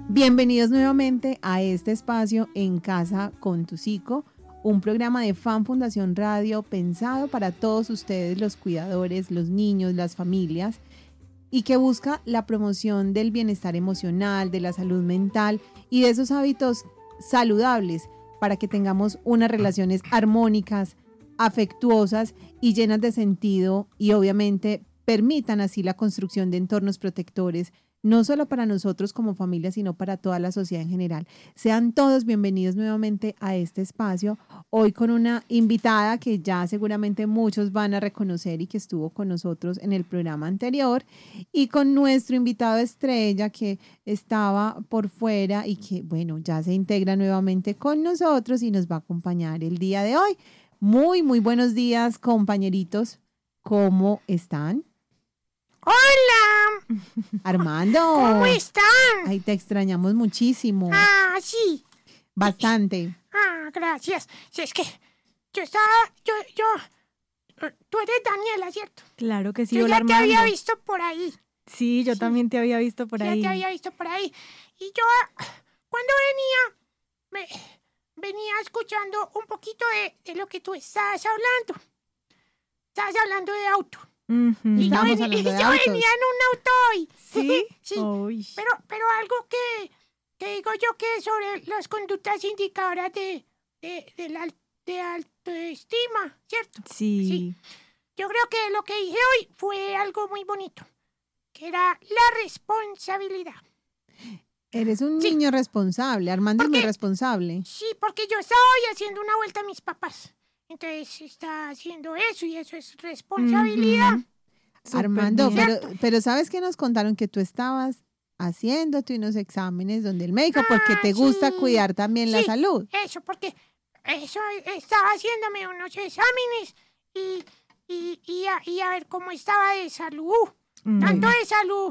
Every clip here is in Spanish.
Bienvenidos nuevamente a este espacio En Casa con tu Psico, un programa de Fan Fundación Radio pensado para todos ustedes, los cuidadores, los niños, las familias, y que busca la promoción del bienestar emocional, de la salud mental y de esos hábitos saludables para que tengamos unas relaciones armónicas, afectuosas y llenas de sentido, y obviamente permitan así la construcción de entornos protectores, no solo para nosotros como familia, sino para toda la sociedad en general. Sean todos bienvenidos nuevamente a este espacio, hoy con una invitada que ya seguramente muchos van a reconocer y que estuvo con nosotros en el programa anterior, y con nuestro invitado estrella que estaba por fuera y que, bueno, ya se integra nuevamente con nosotros y nos va a acompañar el día de hoy. Muy buenos días, compañeritos. ¿Cómo están? ¡Hola! Armando. ¿Cómo están? Ay, te extrañamos muchísimo. Sí. Bastante. Gracias. Si es que tú eres Daniela, ¿cierto? Claro que sí, yo hola, ya Armando. te había visto por ahí. Sí, yo también te había visto por ahí. Ya te había visto por ahí. Y yo, cuando venía escuchando un poquito de lo que tú estabas hablando. Estabas hablando de auto. Uh-huh. Y yo venía en un auto hoy. ¿Sí? Sí. Uy. Pero algo que digo yo que sobre las conductas indicadoras de autoestima, ¿cierto? Sí. Yo creo que lo que dije hoy fue algo muy bonito, que era la responsabilidad. Eres un niño responsable. Armando es muy responsable. Sí, porque yo estaba hoy haciendo una vuelta a mis papás. Entonces está haciendo eso y eso es responsabilidad. Uh-huh. Armando, pero ¿sabes qué nos contaron? Que tú estabas haciéndote unos exámenes donde el médico, porque te gusta cuidar también la salud. Eso, porque eso estaba haciéndome unos exámenes y a ver cómo estaba de salud. Tanto de salud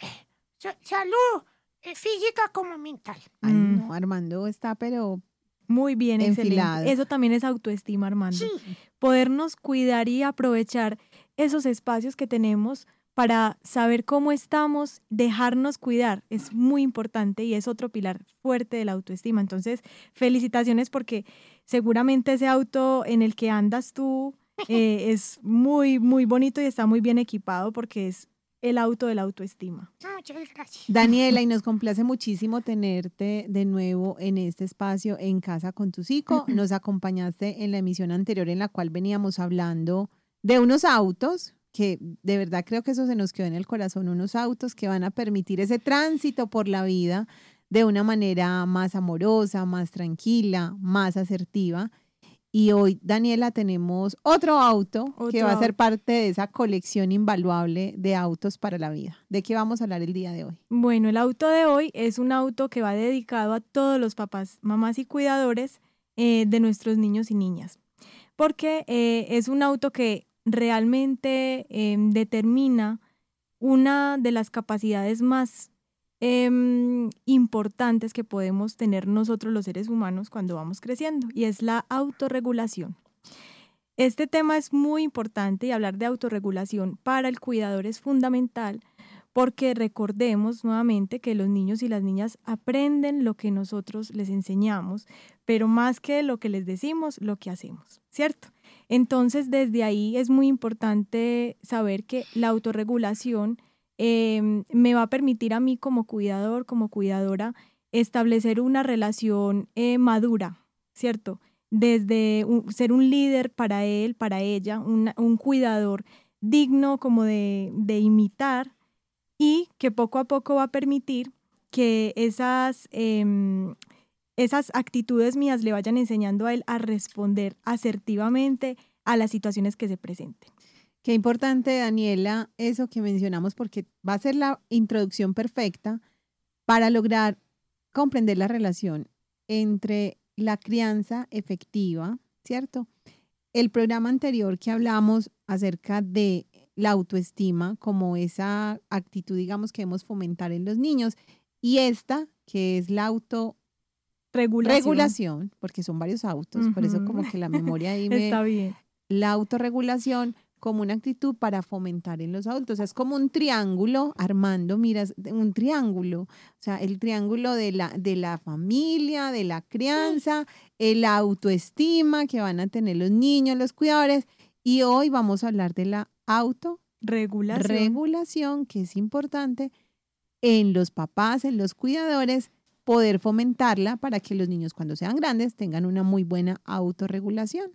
física como mental. Ay, no, Armando está pero muy bien, enfilado. Excelente. Eso también es autoestima, Armando. Sí. Podernos cuidar y aprovechar esos espacios que tenemos para saber cómo estamos, dejarnos cuidar, es muy importante y es otro pilar fuerte de la autoestima. Entonces, felicitaciones porque seguramente ese auto en el que andas tú es muy bonito y está muy bien equipado porque es el auto de la autoestima. Muchas gracias. Daniela, y nos complace muchísimo tenerte de nuevo en este espacio En Casa con tu Psico. Nos acompañaste en la emisión anterior en la cual veníamos hablando de unos autos que de verdad creo que eso se nos quedó en el corazón, unos autos que van a permitir ese tránsito por la vida de una manera más amorosa, más tranquila, más asertiva. Y hoy, Daniela, tenemos otro auto que va a ser parte de esa colección invaluable de autos para la vida. ¿De qué vamos a hablar el día de hoy? Bueno, el auto de hoy es un auto que va dedicado a todos los papás, mamás y cuidadores de nuestros niños y niñas. Porque es un auto que realmente determina una de las capacidades más importantes que podemos tener nosotros los seres humanos cuando vamos creciendo, y es la autorregulación. Este tema es muy importante y hablar de autorregulación para el cuidador es fundamental porque recordemos nuevamente que los niños y las niñas aprenden lo que nosotros les enseñamos, pero más que lo que les decimos, lo que hacemos, ¿cierto? Entonces, desde ahí es muy importante saber que la autorregulación me va a permitir a mí como cuidador, como cuidadora, establecer una relación madura, ¿cierto? Desde ser un líder para él, para ella, un cuidador digno como de imitar y que poco a poco va a permitir que esas actitudes mías le vayan enseñando a él a responder asertivamente a las situaciones que se presenten. Qué importante, Daniela, eso que mencionamos, porque va a ser la introducción perfecta para lograr comprender la relación entre la crianza efectiva, ¿cierto? El programa anterior que hablamos acerca de la autoestima como esa actitud, digamos, que debemos fomentar en los niños, y esta, que es la autorregulación, porque son varios autos, por eso como que la memoria ahí Está bien. La autorregulación como una actitud para fomentar en los adultos. Es como un triángulo, Armando, miras, un triángulo, o sea, el triángulo de la familia, de la crianza, la autoestima que van a tener los niños, los cuidadores. Y hoy vamos a hablar de la autorregulación, que es importante en los papás, en los cuidadores, poder fomentarla para que los niños cuando sean grandes tengan una muy buena autorregulación.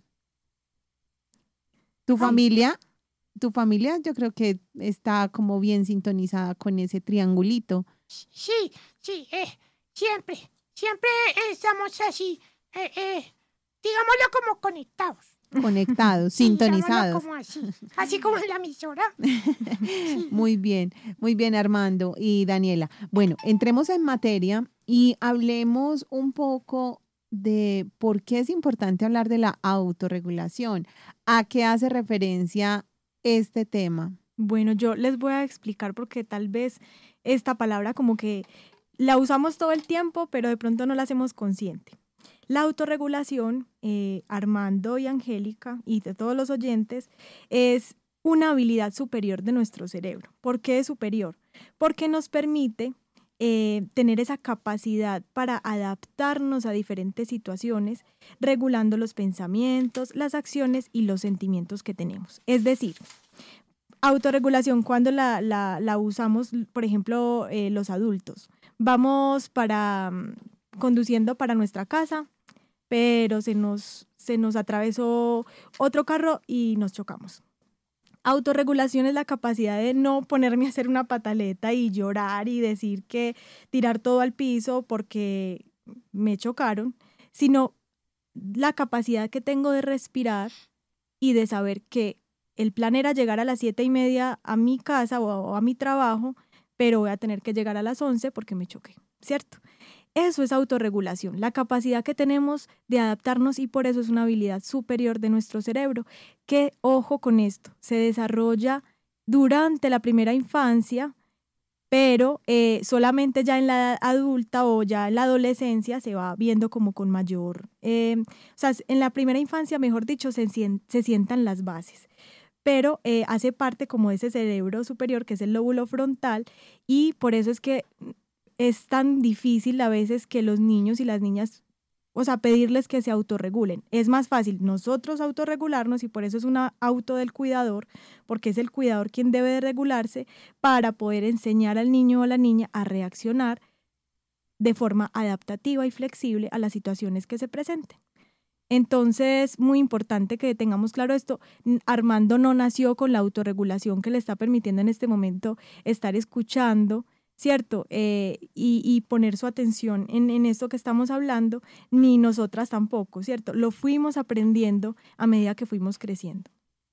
Tu familia yo creo que está como bien sintonizada con ese triangulito. Sí, siempre estamos así, digámoslo como conectados. Conectados, Sí, sintonizados. como así como en la emisora. Sí. Muy bien, Armando y Daniela. Bueno, entremos en materia y hablemos un poco de por qué es importante hablar de la autorregulación. ¿A qué hace referencia este tema? Bueno, yo les voy a explicar porque tal vez esta palabra como que la usamos todo el tiempo, pero de pronto no la hacemos consciente. La autorregulación, Armando y Angélica y de todos los oyentes, es una habilidad superior de nuestro cerebro. ¿Por qué es superior? Porque nos permite tener esa capacidad para adaptarnos a diferentes situaciones, regulando los pensamientos, las acciones y los sentimientos que tenemos. Es decir, autorregulación cuando la usamos, por ejemplo, los adultos. Vamos conduciendo para nuestra casa, pero se nos atravesó otro carro y nos chocamos. Autorregulación es la capacidad de no ponerme a hacer una pataleta y llorar y decir que tirar todo al piso porque me chocaron, sino la capacidad que tengo de respirar y de saber que el plan era llegar a las 7:30 a mi casa o a mi trabajo, pero voy a tener que llegar a las 11 porque me choqué, ¿cierto? Eso es autorregulación, la capacidad que tenemos de adaptarnos y por eso es una habilidad superior de nuestro cerebro, que, ojo con esto, se desarrolla durante la primera infancia, pero solamente ya en la edad adulta o ya en la adolescencia se va viendo como con mayor, o sea, en la primera infancia, mejor dicho, se sientan las bases. Pero hace parte como de ese cerebro superior que es el lóbulo frontal y por eso es que es tan difícil a veces que los niños y las niñas, o sea, pedirles que se autorregulen. Es más fácil nosotros autorregularnos y por eso es una auto del cuidador, porque es el cuidador quien debe de regularse para poder enseñar al niño o a la niña a reaccionar de forma adaptativa y flexible a las situaciones que se presenten. Entonces, muy importante que tengamos claro esto. Armando no nació con la autorregulación que le está permitiendo en este momento estar escuchando, ¿cierto? Y poner su atención en esto que estamos hablando, ni nosotras tampoco, ¿cierto? Lo fuimos aprendiendo a medida que fuimos creciendo.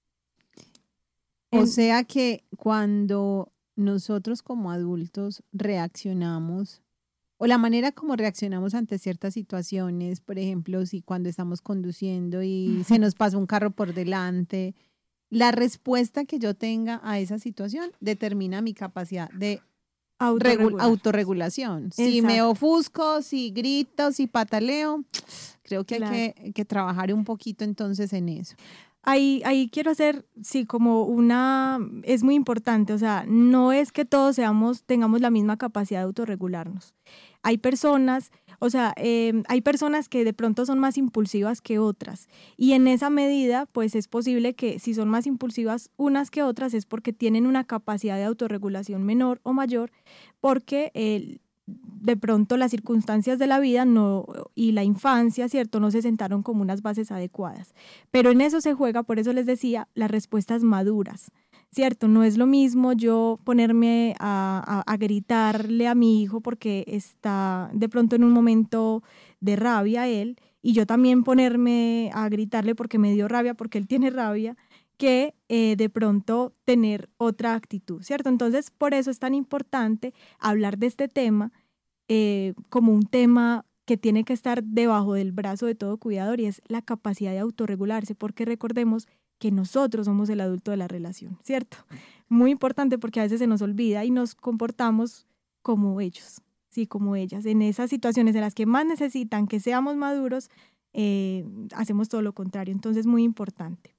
O sea que cuando nosotros como adultos reaccionamos, o la manera como reaccionamos ante ciertas situaciones, por ejemplo, si cuando estamos conduciendo y se nos pasa un carro por delante, la respuesta que yo tenga a esa situación determina mi capacidad de autorregulación. Si me ofusco, si grito, si pataleo, creo que hay que trabajar un poquito entonces en eso. Ahí quiero hacer, sí, es muy importante, o sea, no es que todos tengamos la misma capacidad de autorregularnos. Hay personas, hay personas que de pronto son más impulsivas que otras y en esa medida, pues es posible que si son más impulsivas unas que otras es porque tienen una capacidad de autorregulación menor o mayor, porque de pronto las circunstancias de la vida y la infancia, ¿cierto? No se sentaron como unas bases adecuadas. Pero en eso se juega, por eso les decía, las respuestas maduras, ¿cierto? No es lo mismo yo ponerme a gritarle a mi hijo porque está de pronto en un momento de rabia él y yo también ponerme a gritarle porque me dio rabia, porque él tiene rabia, que de pronto tener otra actitud, ¿cierto? Entonces, por eso es tan importante hablar de este tema como un tema que tiene que estar debajo del brazo de todo cuidador y es la capacidad de autorregularse, porque recordemos que nosotros somos el adulto de la relación, ¿cierto? Muy importante porque a veces se nos olvida y nos comportamos como ellos, sí, como ellas. En esas situaciones en las que más necesitan que seamos maduros, hacemos todo lo contrario, entonces muy importante.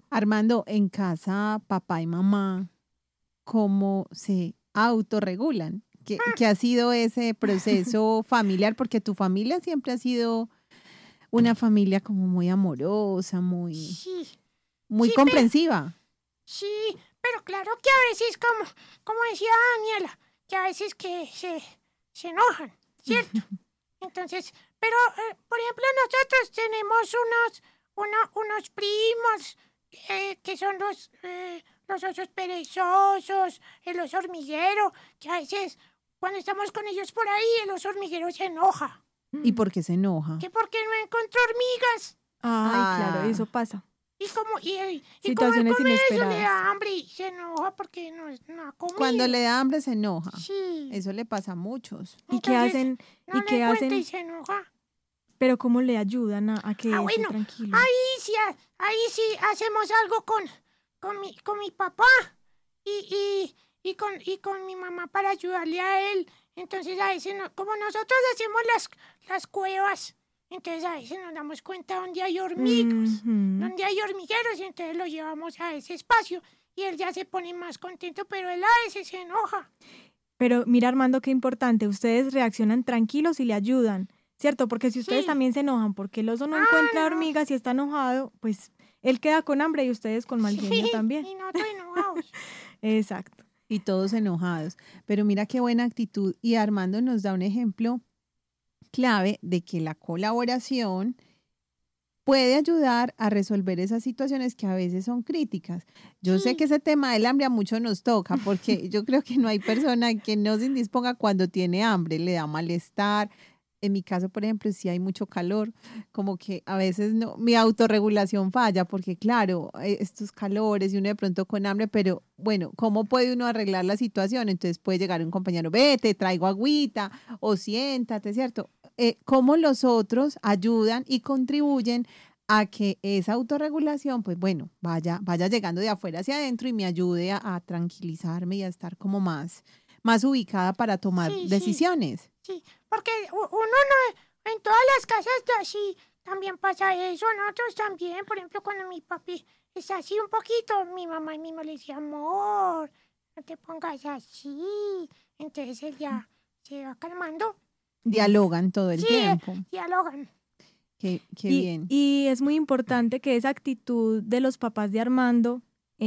Armando, en casa, papá y mamá, ¿cómo se autorregulan? ¿Qué ha sido ese proceso familiar? Porque tu familia siempre ha sido una familia como muy amorosa, muy, Sí, muy sí, comprensiva. sí, pero claro que a veces, como decía Daniela, que a veces que se enojan, ¿cierto? Entonces, pero, por ejemplo, nosotros tenemos unos primos que son los osos perezosos, el oso hormiguero, que a veces cuando estamos con ellos por ahí, el oso hormiguero se enoja. ¿Y por qué se enoja? Que porque no encontró hormigas. Ay, claro, eso pasa. Y como él Situaciones come eso, le inesperadas. da hambre y se enoja porque no ha comido. Cuando le da hambre se enoja. Sí. Eso le pasa a muchos. ¿Y qué Entonces, hacen? No ¿Y qué le cuenta hacen? y se enoja. Pero ¿cómo le ayudan a que esté bueno, tranquilo? ahí sí hacemos algo con mi papá y con mi mamá para ayudarle a él. Entonces a veces, como nosotros hacemos las cuevas, entonces a veces nos damos cuenta donde hay hormigas, donde hay hormigueros, y entonces lo llevamos a ese espacio y él ya se pone más contento, pero él a veces se enoja. Pero mira, Armando, qué importante. Ustedes reaccionan tranquilos y le ayudan, ¿cierto? Porque si ustedes Sí. también se enojan porque el oso no encuentra hormigas y está enojado, pues él queda con hambre y ustedes con mal genio Sí, también. y nosotros enojados. Exacto. Y todos enojados. Pero mira qué buena actitud. Y Armando nos da un ejemplo clave de que la colaboración puede ayudar a resolver esas situaciones que a veces son críticas. Yo sé Sí. que ese tema del hambre a muchos nos toca, porque yo creo que no hay persona que no se indisponga cuando tiene hambre, le da malestar. En mi caso, por ejemplo, si hay mucho calor, como que a veces no, mi autorregulación falla, porque claro, estos calores y uno de pronto con hambre, pero bueno, ¿cómo puede uno arreglar la situación? Entonces puede llegar un compañero, vete, traigo agüita, o siéntate, ¿cierto? ¿Cómo los otros ayudan y contribuyen a que esa autorregulación, pues bueno, vaya llegando de afuera hacia adentro y me ayude a tranquilizarme y a estar como más ubicada para tomar Sí, sí. decisiones? Sí, porque uno no, en todas las casas de así también pasa eso, nosotros también, por ejemplo, cuando mi papi está así un poquito, mi mamá mismo le decía, amor, no te pongas así, entonces él ya se va calmando, Dialogan todo el Sí, tiempo. dialogan. Qué Y, bien. y es muy importante que esa actitud de los papás de Armando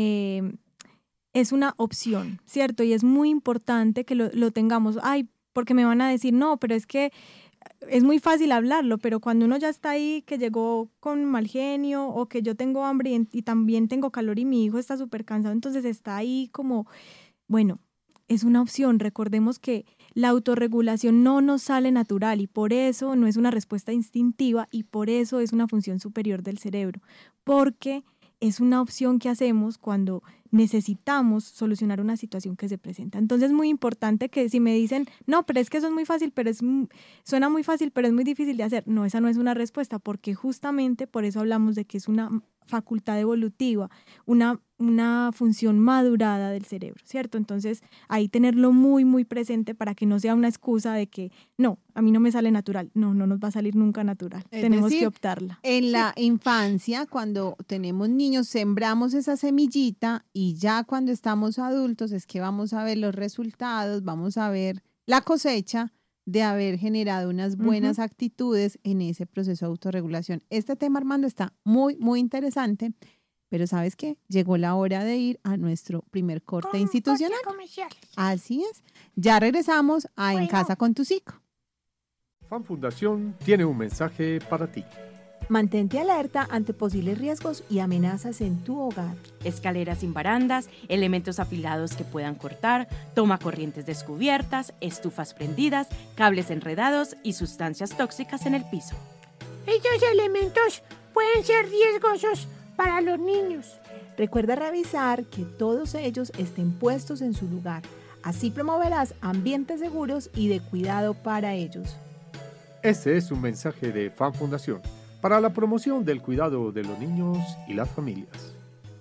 es una opción, ¿cierto? Y es muy importante que lo tengamos. Ay, porque me van a decir, no, pero es que es muy fácil hablarlo, pero cuando uno ya está ahí, que llegó con mal genio o que yo tengo hambre y también tengo calor y mi hijo está súper cansado, entonces está ahí como, bueno, es una opción. Recordemos que la autorregulación no nos sale natural y por eso no es una respuesta instintiva y por eso es una función superior del cerebro, porque es una opción que hacemos cuando necesitamos solucionar una situación que se presenta. Entonces es muy importante que si me dicen, no, pero es que eso es muy fácil, suena muy fácil, pero es muy difícil de hacer. No, esa no es una respuesta, porque justamente por eso hablamos de que es una facultad evolutiva, una función madurada del cerebro, ¿cierto? Entonces ahí tenerlo muy, muy presente para que no sea una excusa de que, no, a mí no me sale natural. No nos va a salir nunca natural. Es Tenemos decir, que optarla. En la infancia, cuando tenemos niños, sembramos esa semillita y ya cuando estamos adultos es que vamos a ver los resultados, vamos a ver la cosecha de haber generado unas buenas actitudes en ese proceso de autorregulación. Este tema, Armando, está muy, muy interesante, pero ¿sabes qué? Llegó la hora de ir a nuestro primer corte institucional. Corte comercial. Así es. Ya regresamos a En Bueno. Casa con tu Psico. Fan Fundación tiene un mensaje para ti. Mantente alerta ante posibles riesgos y amenazas en tu hogar. Escaleras sin barandas, elementos afilados que puedan cortar, tomacorrientes descubiertas, estufas prendidas, cables enredados y sustancias tóxicas en el piso. Estos elementos pueden ser riesgosos para los niños. Recuerda revisar que todos ellos estén puestos en su lugar. Así promoverás ambientes seguros y de cuidado para ellos. Este es un mensaje de Fan Fundación para la promoción del cuidado de los niños y las familias.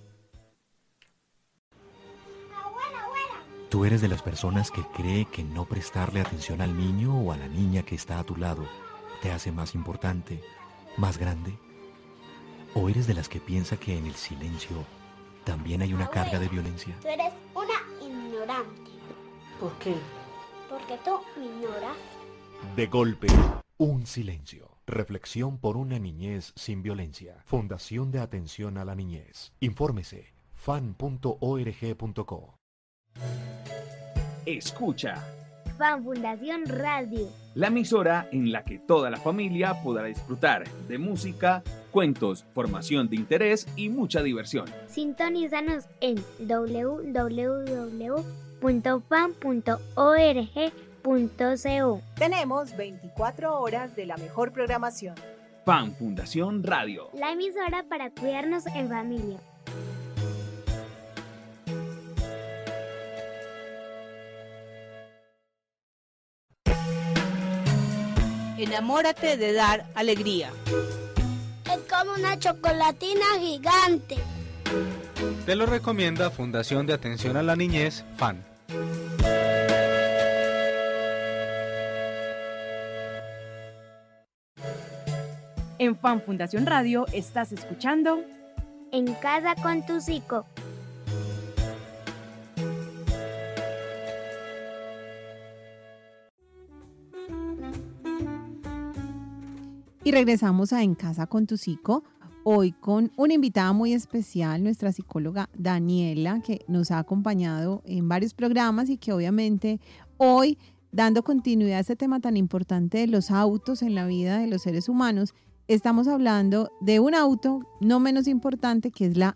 ¿Tú eres de las personas que cree que no prestarle atención al niño o a la niña que está a tu lado te hace más importante, más grande? ¿O eres de las que piensa que en el silencio también hay una carga de violencia? Tú eres una ignorante. ¿Por qué? Porque tú me ignoras. De golpe, un silencio. Reflexión por una niñez sin violencia. Fundación de Atención a la Niñez. Infórmese fan.org.co. Escucha Fan Fundación Radio, la emisora en la que toda la familia podrá disfrutar de música, cuentos, formación de interés y mucha diversión. sintonízanos en www.fan.org.co. Tenemos 24 horas de la mejor programación. Fan Fundación Radio. La emisora para cuidarnos en familia. Enamórate de dar alegría. Es como una chocolatina gigante. Te lo recomienda Fundación de Atención a la Niñez, FAN. En Fan Fundación Radio estás escuchando En casa con tu psico. Y regresamos a En Casa con tu Psico, hoy con una invitada muy especial, nuestra psicóloga Daniela, que nos ha acompañado en varios programas y que obviamente hoy, dando continuidad a este tema tan importante de los autos en la vida de los seres humanos, estamos hablando de un auto no menos importante, que es la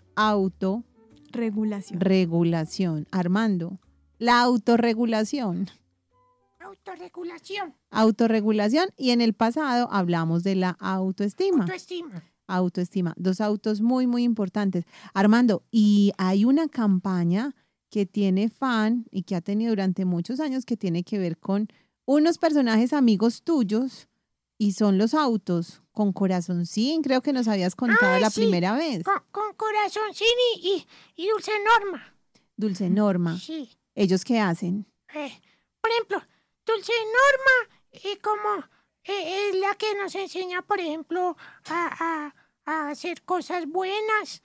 autorregulación. Armando, la autorregulación. Autorregulación, y en el pasado hablamos de la autoestima. Autoestima, dos autos muy, muy importantes. Armando, y hay una campaña que tiene FAN y que ha tenido durante muchos años que tiene que ver con unos personajes amigos tuyos y son los autos con corazoncín, creo que nos habías contado primera vez. Con corazoncín y Dulce Norma. Dulce Norma. Sí. ¿Ellos qué hacen? Por ejemplo, Dulce Norma como es la que nos enseña, por ejemplo, a hacer cosas buenas,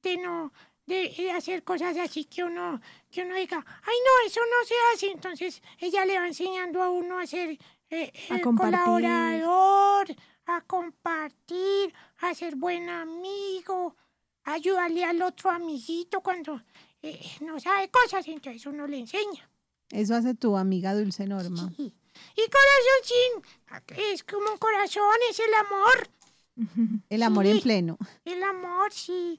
de hacer cosas así que uno diga, ay no, eso no se hace. Entonces ella le va enseñando a uno a ser colaborador, a compartir, a ser buen amigo, a ayudarle al otro amiguito cuando no sabe cosas, entonces uno le enseña. Eso hace tu amiga Dulce Norma. Sí. Y corazoncín, es como un corazón, es el amor. El amor en pleno. El amor, sí.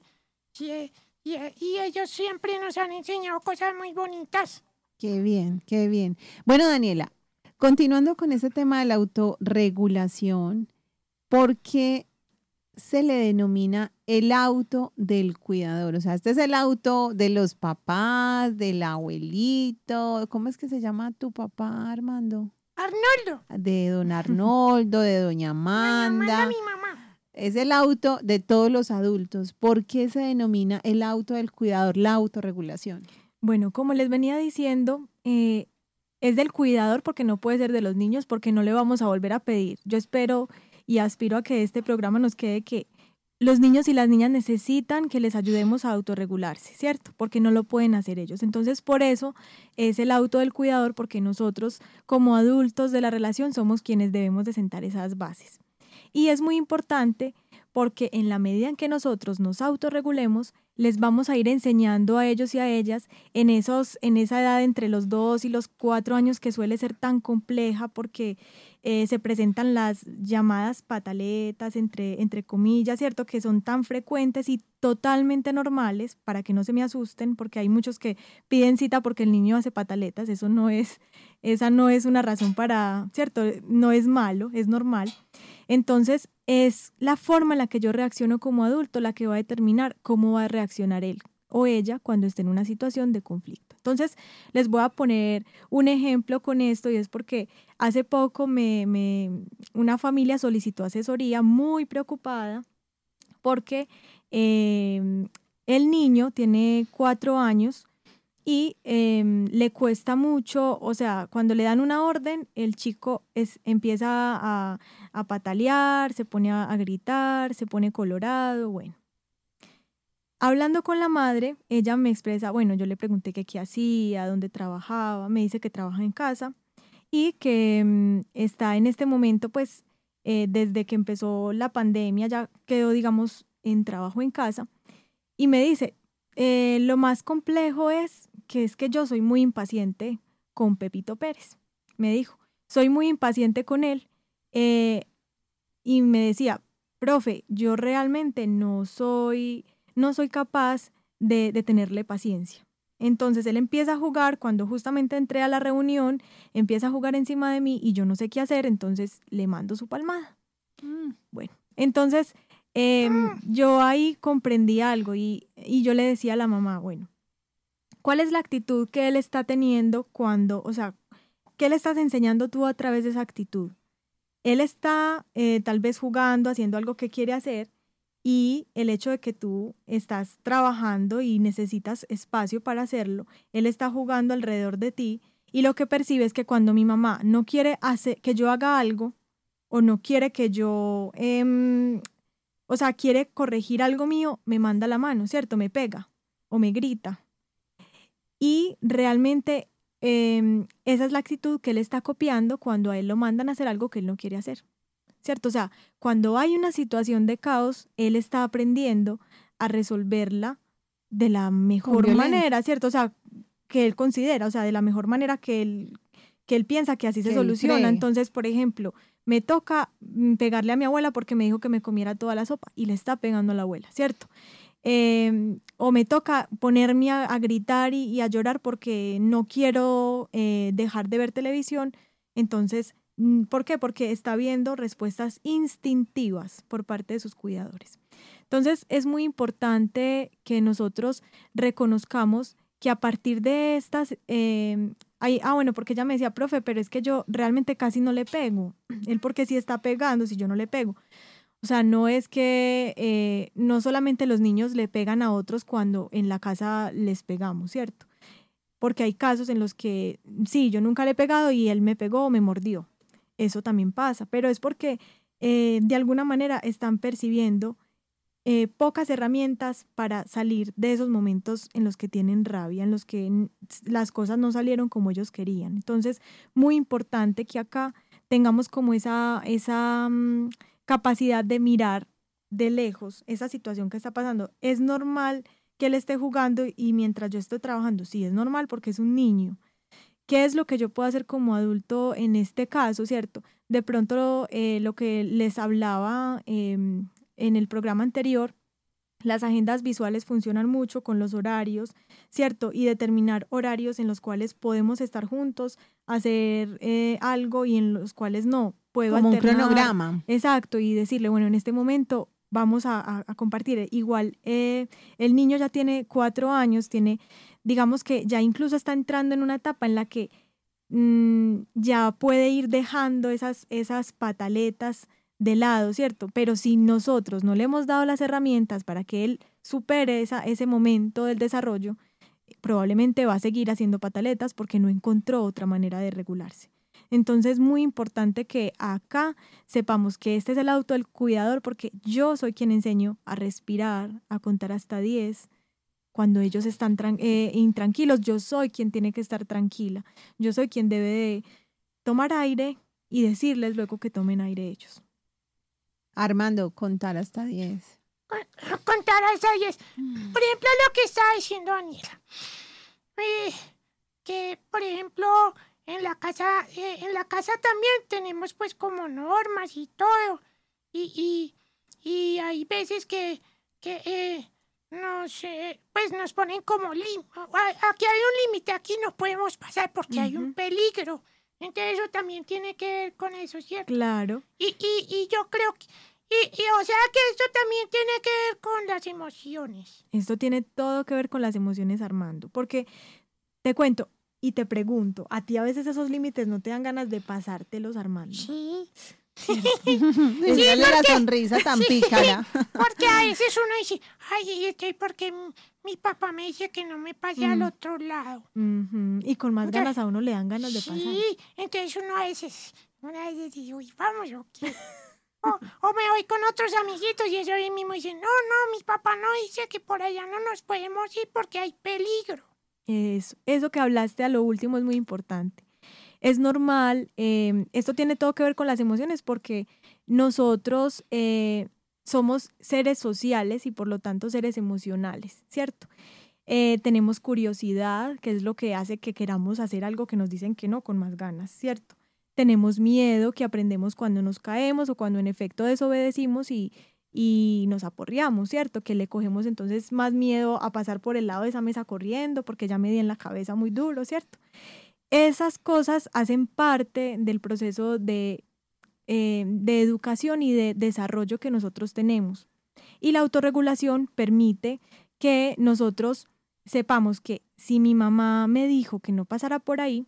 Y ellos siempre nos han enseñado cosas muy bonitas. Qué bien, qué bien. Bueno, Daniela, continuando con este tema de la autorregulación, ¿por qué se le denomina el auto del cuidador? O sea, este es el auto de los papás, del abuelito. ¿Cómo es que se llama tu papá, Armando? Arnoldo. De don Arnoldo, de doña Amanda. Mi mamá. Es el auto de todos los adultos. ¿Por qué se denomina el auto del cuidador, la autorregulación? Bueno, como les venía diciendo, es del cuidador porque no puede ser de los niños, porque no le vamos a volver a pedir. Yo espero y aspiro a que este programa nos quede que los niños y las niñas necesitan que les ayudemos a autorregularse, ¿cierto? Porque no lo pueden hacer ellos. Entonces, por eso es el auto del cuidador, porque nosotros como adultos de la relación somos quienes debemos de sentar esas bases. Y es muy importante porque en la medida en que nosotros nos autorregulemos, les vamos a ir enseñando a ellos y a ellas en esa edad entre los 2 y los 4 años que suele ser tan compleja porque se presentan las llamadas pataletas, entre comillas, ¿cierto? Que son tan frecuentes y totalmente normales, para que no se me asusten, porque hay muchos que piden cita porque el niño hace pataletas. Esa no es una razón para, ¿cierto? No es malo, es normal. Entonces, es la forma en la que yo reacciono como adulto la que va a determinar cómo va a reaccionar él o ella cuando esté en una situación de conflicto. Entonces, les voy a poner un ejemplo con esto, y es porque hace poco una familia solicitó asesoría muy preocupada porque el niño tiene 4 años y le cuesta mucho, o sea, cuando le dan una orden, el chico empieza a patalear, se pone a gritar, se pone colorado, bueno. hablando con la madre, ella me expresa, bueno, yo le pregunté que qué hacía, dónde trabajaba, me dice que trabaja en casa y que está en este momento, pues, desde que empezó la pandemia, ya quedó, digamos, en trabajo en casa. Y me dice, lo más complejo es que yo soy muy impaciente con Pepito Pérez. Me dijo, soy muy impaciente con él. Y me decía, profe, yo realmente no soy capaz de tenerle paciencia. Entonces él empieza a jugar, cuando justamente entré a la reunión, empieza a jugar encima de mí y yo no sé qué hacer, entonces le mando su palmada. Bueno, entonces yo ahí comprendí algo y yo le decía a la mamá, bueno, ¿cuál es la actitud que él está teniendo qué le estás enseñando tú a través de esa actitud? Él está tal vez jugando, haciendo algo que quiere hacer y el hecho de que tú estás trabajando y necesitas espacio para hacerlo, él está jugando alrededor de ti y lo que percibe es que cuando mi mamá no quiere que yo haga algo o no quiere que yo, quiere corregir algo mío, me manda la mano, ¿cierto? Me pega o me grita. Y realmente esa es la actitud que él está copiando cuando a él lo mandan a hacer algo que él no quiere hacer, ¿cierto? O sea, cuando hay una situación de caos, él está aprendiendo a resolverla de la mejor manera, ¿cierto? O sea, que él considera, o sea, de la mejor manera que él piensa que así se soluciona. Entonces, por ejemplo, me toca pegarle a mi abuela porque me dijo que me comiera toda la sopa y le está pegando a la abuela, ¿cierto? O me toca ponerme a gritar y a llorar porque no quiero dejar de ver televisión. Entonces, ¿por qué? Porque está viendo respuestas instintivas por parte de sus cuidadores. Entonces, es muy importante que nosotros reconozcamos que a partir de estas... porque ella me decía, profe, pero es que yo realmente casi no le pego. Él porque sí está pegando si yo no le pego. O sea, no es que no solamente los niños le pegan a otros cuando en la casa les pegamos, ¿cierto? Porque hay casos en los que, sí, yo nunca le he pegado y él me pegó o me mordió. Eso también pasa, pero es porque de alguna manera están percibiendo pocas herramientas para salir de esos momentos en los que tienen rabia, en los que las cosas no salieron como ellos querían. Entonces, muy importante que acá tengamos como esa capacidad de mirar de lejos esa situación que está pasando. Es normal que él esté jugando y mientras yo estoy trabajando, sí, es normal porque es un niño. ¿Qué es lo que yo puedo hacer como adulto en este caso, cierto? De pronto lo que les hablaba en el programa anterior, las agendas visuales funcionan mucho con los horarios, ¿cierto? Y determinar horarios en los cuales podemos estar juntos, hacer algo y en los cuales no. Puedo como alternar. Un cronograma. Exacto, y decirle, bueno, en este momento vamos a compartir. Igual, el niño ya tiene 4 años, digamos que ya incluso está entrando en una etapa en la que ya puede ir dejando esas pataletas de lado, ¿cierto? Pero si nosotros no le hemos dado las herramientas para que él supere ese momento del desarrollo, probablemente va a seguir haciendo pataletas porque no encontró otra manera de regularse. Entonces, muy importante que acá sepamos que este es el auto del cuidador porque yo soy quien enseño a respirar, a contar hasta 10. Cuando ellos están intranquilos, yo soy quien tiene que estar tranquila. Yo soy quien debe de tomar aire y decirles luego que tomen aire ellos. Armando, contar hasta 10. Contar hasta 10. Por ejemplo, lo que estaba diciendo Daniela. Que, por ejemplo, en la casa también tenemos pues como normas y todo. Y hay veces que nos ponen como aquí hay un límite, aquí no podemos pasar porque hay un peligro. Entonces eso también tiene que ver con eso, ¿cierto? Claro. Y yo creo que... o sea que esto también tiene que ver con las emociones. Esto tiene todo que ver con las emociones, Armando. Porque te cuento y te pregunto, ¿a ti a veces esos límites no te dan ganas de pasártelos, Armando? Sí. Mírale la sonrisa tan pícara. Porque a veces uno dice, porque mi papá me dice que no me pase al otro lado. Y con más ganas a uno le dan ganas de pasar. Sí, entonces una vez dice, uy, vamos, ¿o qué? O me voy con otros amiguitos y ellos mismo dicen, no, mi papá no dice que por allá no nos podemos ir porque hay peligro. Eso que hablaste a lo último es muy importante. Es normal, esto tiene todo que ver con las emociones porque nosotros somos seres sociales y por lo tanto seres emocionales, ¿cierto? Tenemos curiosidad, que es lo que hace que queramos hacer algo que nos dicen que no, con más ganas, ¿cierto? Tenemos miedo, que aprendemos cuando nos caemos o cuando en efecto desobedecimos y nos aporreamos, ¿cierto? Que le cogemos entonces más miedo a pasar por el lado de esa mesa corriendo porque ya me di en la cabeza muy duro, ¿cierto? Esas cosas hacen parte del proceso de educación y de desarrollo que nosotros tenemos. Y la autorregulación permite que nosotros sepamos que si mi mamá me dijo que no pasara por ahí,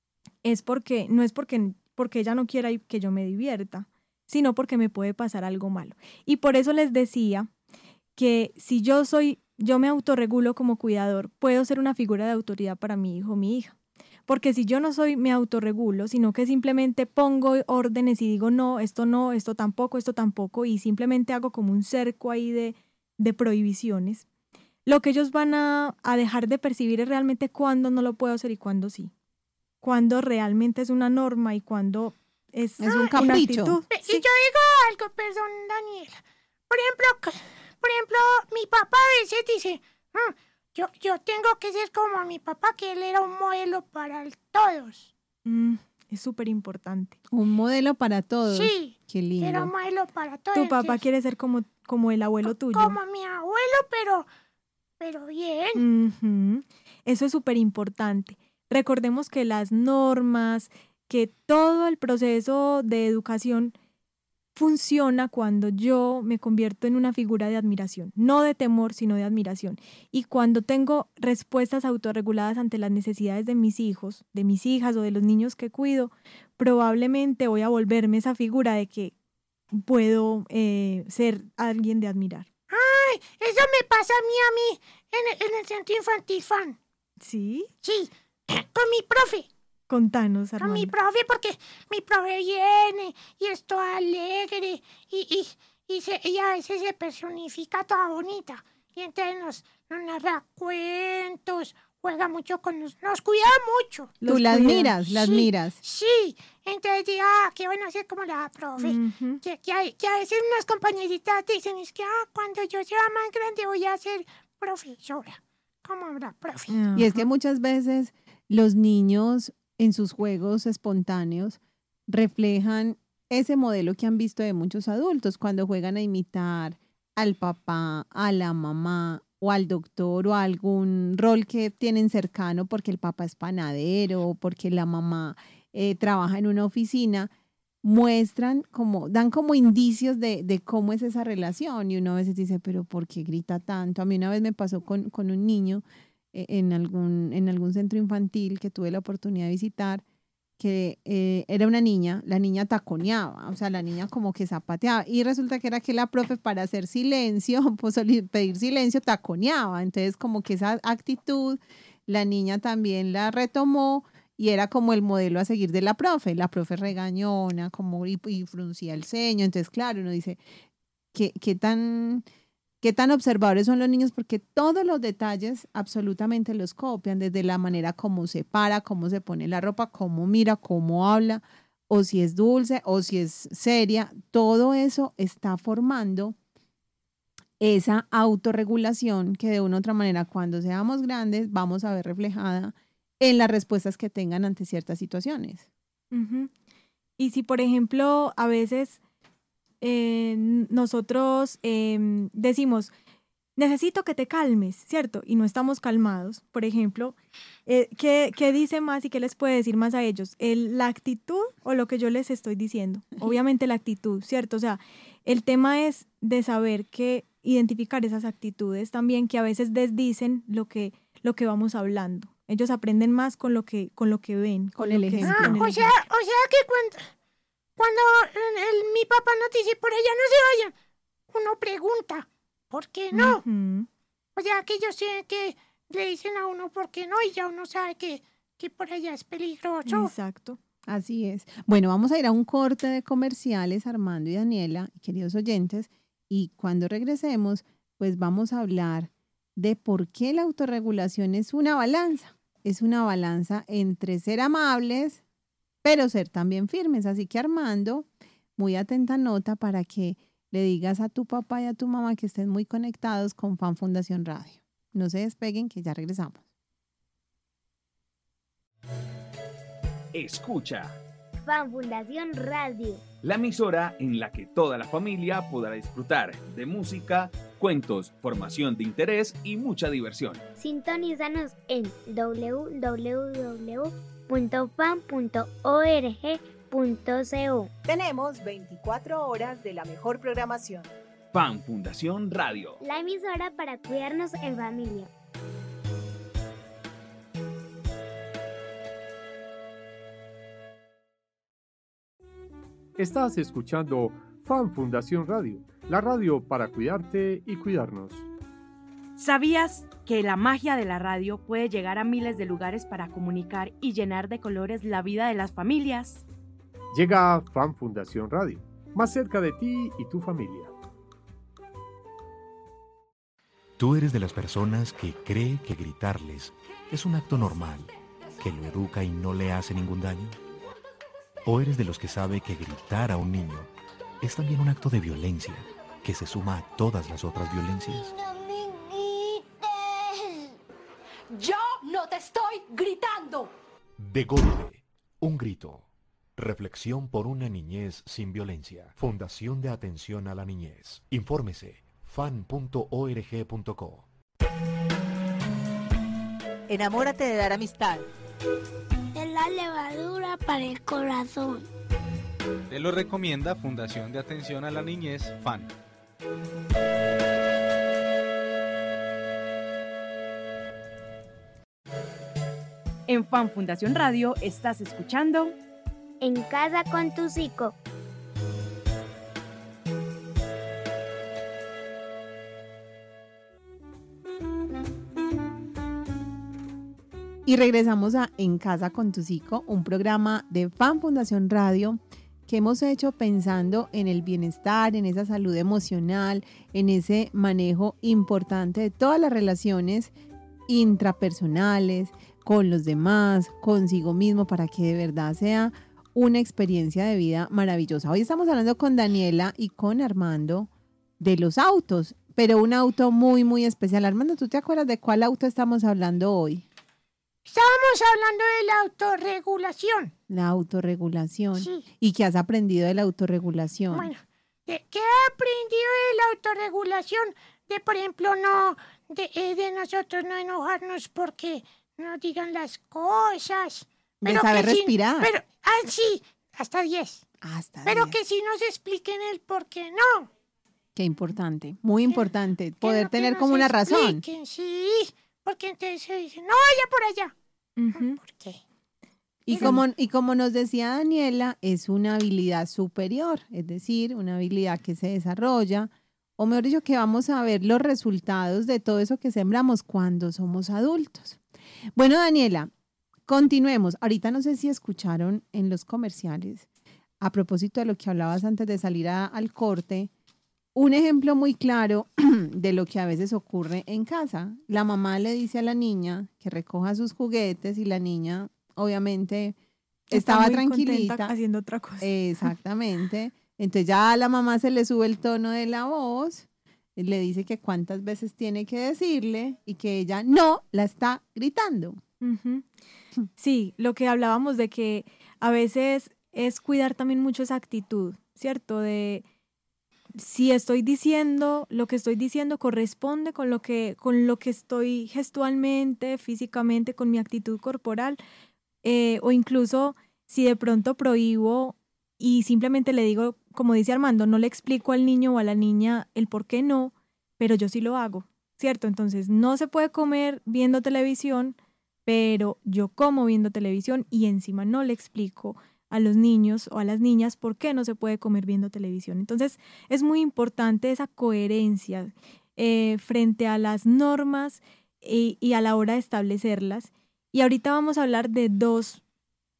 no es porque ella no quiera que yo me divierta, sino porque me puede pasar algo malo. Y por eso les decía que si yo me autorregulo como cuidador, puedo ser una figura de autoridad para mi hijo o mi hija. Porque si yo me autorregulo, sino que simplemente pongo órdenes y digo no, esto tampoco, y simplemente hago como un cerco ahí de prohibiciones, lo que ellos van a dejar de percibir es realmente cuándo no lo puedo hacer y cuándo sí. Cuándo realmente es una norma y cuándo es un capricho. Y yo digo algo, perdón, Daniela. Por ejemplo, mi papá a veces dice, yo tengo que ser como mi papá, que él era un modelo para todos. Es súper importante. Un modelo para todos. Sí, qué lindo. Era un modelo para todos. Tu papá quiere ser como el abuelo tuyo. Como mi abuelo, pero bien. Eso es súper importante. Recordemos que las normas, que todo el proceso de educación funciona cuando yo me convierto en una figura de admiración, no de temor, sino de admiración. Y cuando tengo respuestas autorreguladas ante las necesidades de mis hijos, de mis hijas o de los niños que cuido, probablemente voy a volverme esa figura de que puedo ser alguien de admirar. ¡Ay! Eso me pasa a mí, en el centro infantil fan. ¿Sí? Sí, con mi profe. Contanos, Armando. Con mi profe, porque mi profe viene y es toda alegre y a veces se personifica toda bonita. Y entonces nos narra cuentos, juega mucho con nos cuida mucho. Tú las miras. Sí, entonces diga, qué bueno ser como la profe. Que a veces unas compañeritas dicen, es que cuando yo sea más grande voy a ser profesora, como la profe. Y es que muchas veces los niños en sus juegos espontáneos reflejan ese modelo que han visto de muchos adultos cuando juegan a imitar al papá, a la mamá o al doctor o a algún rol que tienen cercano porque el papá es panadero o porque la mamá trabaja en una oficina, dan como indicios de cómo es esa relación y uno a veces dice, pero ¿por qué grita tanto? A mí una vez me pasó con un niño en algún centro infantil que tuve la oportunidad de visitar, que era una niña, la niña taconeaba, o sea, la niña como que zapateaba, y resulta que era que la profe para hacer silencio, pues pedir silencio, taconeaba, entonces como que esa actitud la niña también la retomó y era como el modelo a seguir de la profe regañona, como y fruncía el ceño, entonces claro, uno dice, ¿qué tan observadores son los niños? Porque todos los detalles absolutamente los copian, desde la manera como se para, cómo se pone la ropa, cómo mira, cómo habla, o si es dulce, o si es seria. Todo eso está formando esa autorregulación que de una u otra manera, cuando seamos grandes, vamos a ver reflejada en las respuestas que tengan ante ciertas situaciones. Y si, por ejemplo, a veces nosotros decimos, necesito que te calmes, ¿cierto? Y no estamos calmados, por ejemplo, ¿qué dice más y qué les puede decir más a ellos? ¿La actitud o lo que yo les estoy diciendo? Obviamente la actitud, ¿cierto? O sea, el tema es de saber identificar esas actitudes también que a veces desdicen lo que vamos hablando. Ellos aprenden más con lo que ven. Con el ejemplo. O sea que cuando mi papá nos dice, por allá no se vayan, uno pregunta, ¿por qué no? O sea, que ellos tienen que le dicen a uno por qué no y ya uno sabe que por allá es peligroso. Exacto. Así es. Bueno, vamos a ir a un corte de comerciales, Armando y Daniela, queridos oyentes, y cuando regresemos, pues vamos a hablar de por qué la autorregulación es una balanza. Es una balanza entre ser amables, pero ser también firmes. Así que, Armando, muy atenta nota para que le digas a tu papá y a tu mamá que estén muy conectados con Fan Fundación Radio. No se despeguen, que ya regresamos. Escucha Fan Fundación Radio. la emisora en la que toda la familia podrá disfrutar de música, cuentos, formación de interés y mucha diversión. Sintonízanos en www.fan.org.co. Tenemos 24 horas de la mejor programación. Fan Fundación Radio. La emisora para cuidarnos en familia. Estás escuchando Fan Fundación Radio, la radio para cuidarte y cuidarnos. ¿Sabías que la magia de la radio puede llegar a miles de lugares para comunicar y llenar de colores la vida de las familias? Llega Fan Fundación Radio, más cerca de ti y tu familia. ¿Tú eres de las personas que cree que gritarles es un acto normal, que lo educa y no le hace ningún daño? ¿O eres de los que sabe que gritar a un niño es también un acto de violencia que se suma a todas las otras violencias? ¡Yo no te estoy gritando! De golpe, un grito. Reflexión por una niñez sin violencia. Fundación de Atención a la Niñez. Infórmese fan.org.co. Enamórate de dar amistad. Es la levadura para el corazón. Te lo recomienda Fundación de Atención a la Niñez, FAN. En Fan Fundación Radio estás escuchando En casa con tu psico. Y regresamos a En Casa con tu Psico, un programa de Fan Fundación Radio que hemos hecho pensando en el bienestar, en esa salud emocional, en ese manejo importante de todas las relaciones intrapersonales, con los demás, consigo mismo, para que de verdad sea una experiencia de vida maravillosa. Hoy estamos hablando con Daniela y con Armando de los autos, pero un auto muy, muy especial. Armando, ¿tú te acuerdas de cuál auto estamos hablando hoy? Estábamos hablando de la autorregulación. La autorregulación. Sí. ¿Y qué has aprendido de la autorregulación? Bueno, ¿qué he aprendido de la autorregulación? De, por ejemplo, de nosotros no enojarnos porque nos digan las cosas. De saber respirar. Pero, sí, hasta 10. Hasta Pero 10. que sí nos expliquen el por qué no. Qué importante, muy importante, poder Que tener nos como una razón. expliquen, sí, porque entonces se dice, no, ya por allá. ¿Por qué? Y como nos decía Daniela, es una habilidad superior, es decir, una habilidad que se desarrolla, o mejor dicho, que vamos a ver los resultados de todo eso que sembramos cuando somos adultos. Bueno, Daniela, continuemos. Ahorita no sé si escucharon en los comerciales, a propósito de lo que hablabas antes de salir al corte, un ejemplo muy claro de lo que a veces ocurre en casa. La mamá le dice a la niña que recoja sus juguetes y la niña obviamente estaba muy tranquilita contenta haciendo otra cosa. Exactamente. Entonces ya a la mamá se le sube el tono de la voz, le dice que cuántas veces tiene que decirle y que ella no la está gritando. Ujú. Sí, lo que hablábamos de que a veces es cuidar también mucho esa actitud, ¿cierto? De si estoy diciendo, lo que estoy diciendo corresponde con lo que estoy gestualmente, físicamente, con mi actitud corporal, o incluso si de pronto prohíbo y simplemente le digo, como dice Armando, no le explico al niño o a la niña el por qué no, pero yo sí lo hago, ¿cierto? Entonces no se puede comer viendo televisión, pero yo como viendo televisión y encima no le explico a los niños o a las niñas por qué no se puede comer viendo televisión. Entonces es muy importante esa coherencia frente a las normas y a la hora de establecerlas. Y ahorita vamos a hablar de dos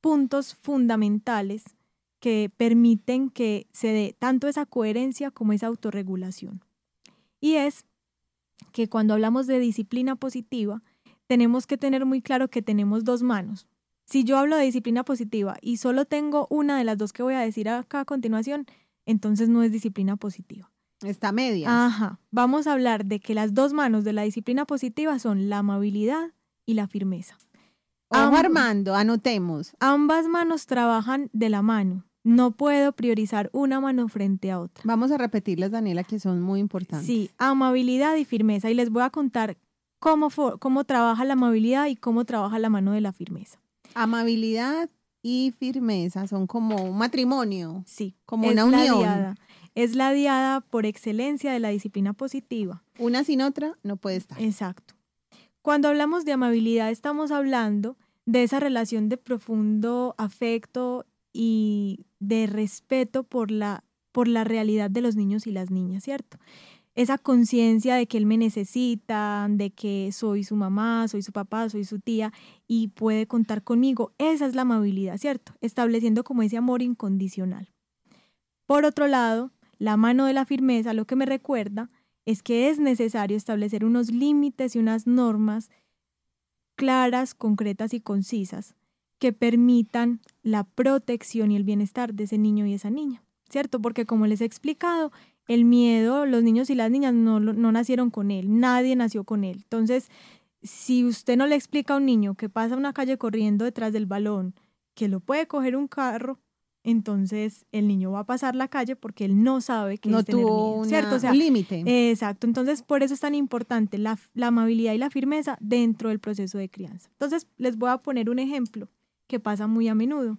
puntos fundamentales que permiten que se dé tanto esa coherencia como esa autorregulación. Y es que cuando hablamos de disciplina positiva, tenemos que tener muy claro que tenemos dos manos. Si yo hablo de disciplina positiva y solo tengo una de las dos que voy a decir acá a continuación, entonces no es disciplina positiva. Está a medias. Ajá. Vamos a hablar de que las dos manos de la disciplina positiva son la amabilidad y la firmeza. Ojo, Armando, anotemos. Ambas manos trabajan de la mano. No puedo priorizar una mano frente a otra. Vamos a repetirlas, Daniela, que son muy importantes. Sí, amabilidad y firmeza. Y les voy a contar cómo trabaja la amabilidad y cómo trabaja la mano de la firmeza. Amabilidad y firmeza son como un matrimonio. Sí. Como una unión. Es la diada por excelencia de la disciplina positiva. Una sin otra no puede estar. Exacto. Cuando hablamos de amabilidad estamos hablando de esa relación de profundo afecto y de respeto por la realidad de los niños y las niñas, ¿cierto? Esa conciencia de que él me necesita, de que soy su mamá, soy su papá, soy su tía y puede contar conmigo. Esa es la amabilidad, ¿cierto? Estableciendo como ese amor incondicional. Por otro lado, la mano de la firmeza lo que me recuerda es que es necesario establecer unos límites y unas normas claras, concretas y concisas que permitan la protección y el bienestar de ese niño y esa niña, ¿cierto? Porque como les he explicado, el miedo, los niños y las niñas no nacieron con él, nadie nació con él. Entonces, si usted no le explica a un niño que pasa una calle corriendo detrás del balón, que lo puede coger un carro, entonces el niño va a pasar la calle porque él no sabe qué es tener miedo, ¿cierto? O sea, un límite. Exacto. Entonces, por eso es tan importante la amabilidad y la firmeza dentro del proceso de crianza. Entonces, les voy a poner un ejemplo que pasa muy a menudo.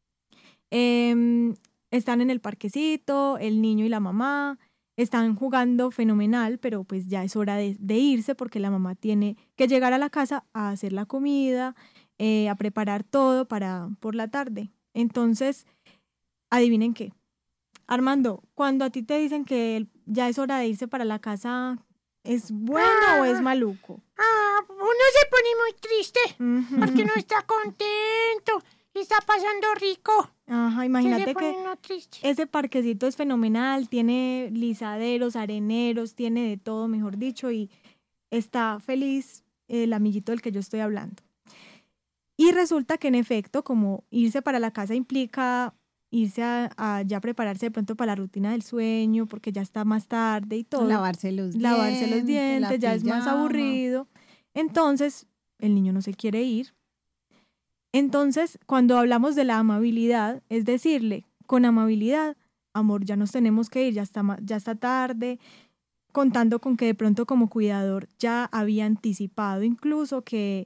Están en el parquecito, el niño y la mamá, están jugando fenomenal, pero pues ya es hora de irse porque la mamá tiene que llegar a la casa a hacer la comida, a preparar todo por la tarde. Entonces, adivinen qué. Armando, cuando a ti te dicen que ya es hora de irse para la casa, ¿es bueno o es maluco? Uno se pone muy triste porque no está contento y está pasando rico. Ajá, imagínate se pone que uno triste. ese parquecito es fenomenal, tiene lizaderos, areneros, tiene de todo, mejor dicho, y está feliz el amiguito del que yo estoy hablando. Y resulta que en efecto, como irse para la casa implica irse a ya prepararse de pronto para la rutina del sueño, porque ya está más tarde y todo. Lavarse los dientes, ya es más aburrido. Entonces, el niño no se quiere ir. Entonces, cuando hablamos de la amabilidad, es decirle, con amabilidad, amor, ya nos tenemos que ir, ya está tarde, contando con que de pronto como cuidador ya había anticipado incluso que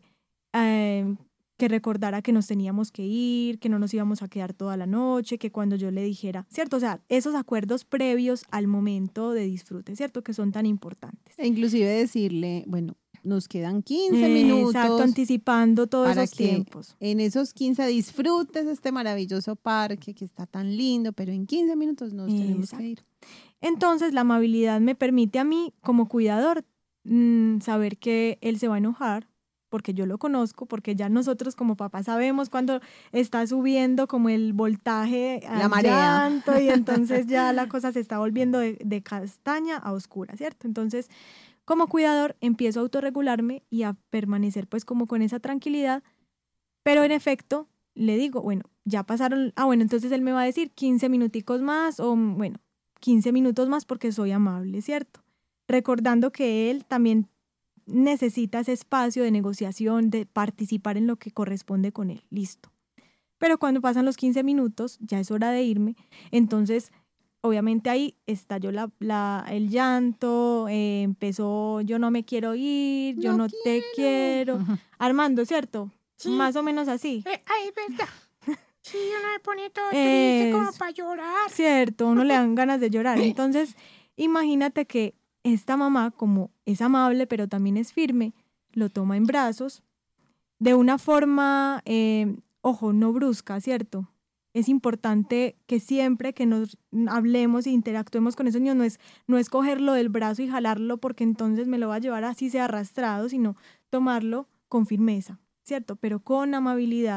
recordara que nos teníamos que ir, que no nos íbamos a quedar toda la noche, que cuando yo le dijera, ¿cierto? O sea, esos acuerdos previos al momento de disfrute, ¿cierto? Que son tan importantes. E inclusive decirle, bueno, nos quedan 15 minutos. Exacto, anticipando todos esos tiempos. En esos 15 disfrutes este maravilloso parque que está tan lindo, pero en 15 minutos nos tenemos que ir. Entonces, la amabilidad me permite a mí, como cuidador, saber que él se va a enojar, porque yo lo conozco, porque ya nosotros como papás sabemos cuando está subiendo como el voltaje la marea, llanto, y entonces ya la cosa se está volviendo de castaña a oscura, ¿cierto? Entonces, como cuidador empiezo a autorregularme y a permanecer pues como con esa tranquilidad, pero en efecto le digo, bueno, ya pasaron, bueno, entonces él me va a decir 15 minuticos más o bueno, 15 minutos más porque soy amable, ¿cierto? Recordando que él también necesita ese espacio de negociación, de participar en lo que corresponde con él, listo. Pero cuando pasan los 15 minutos, ya es hora de irme, entonces obviamente ahí estalló el llanto, empezó yo no me quiero ir, yo no te quiero. Armando, ¿cierto? Sí. Más o menos así. Ay, verdad. Sí, uno me pone todo triste como para llorar. Cierto, uno le dan ganas de llorar. Entonces, imagínate que esta mamá, como es amable, pero también es firme, lo toma en brazos de una forma, ojo, no brusca, ¿cierto? Es importante que siempre que nos hablemos e interactuemos con esos niños no es cogerlo del brazo y jalarlo porque entonces me lo va a llevar así sea arrastrado, sino tomarlo con firmeza, ¿cierto? Pero con amabilidad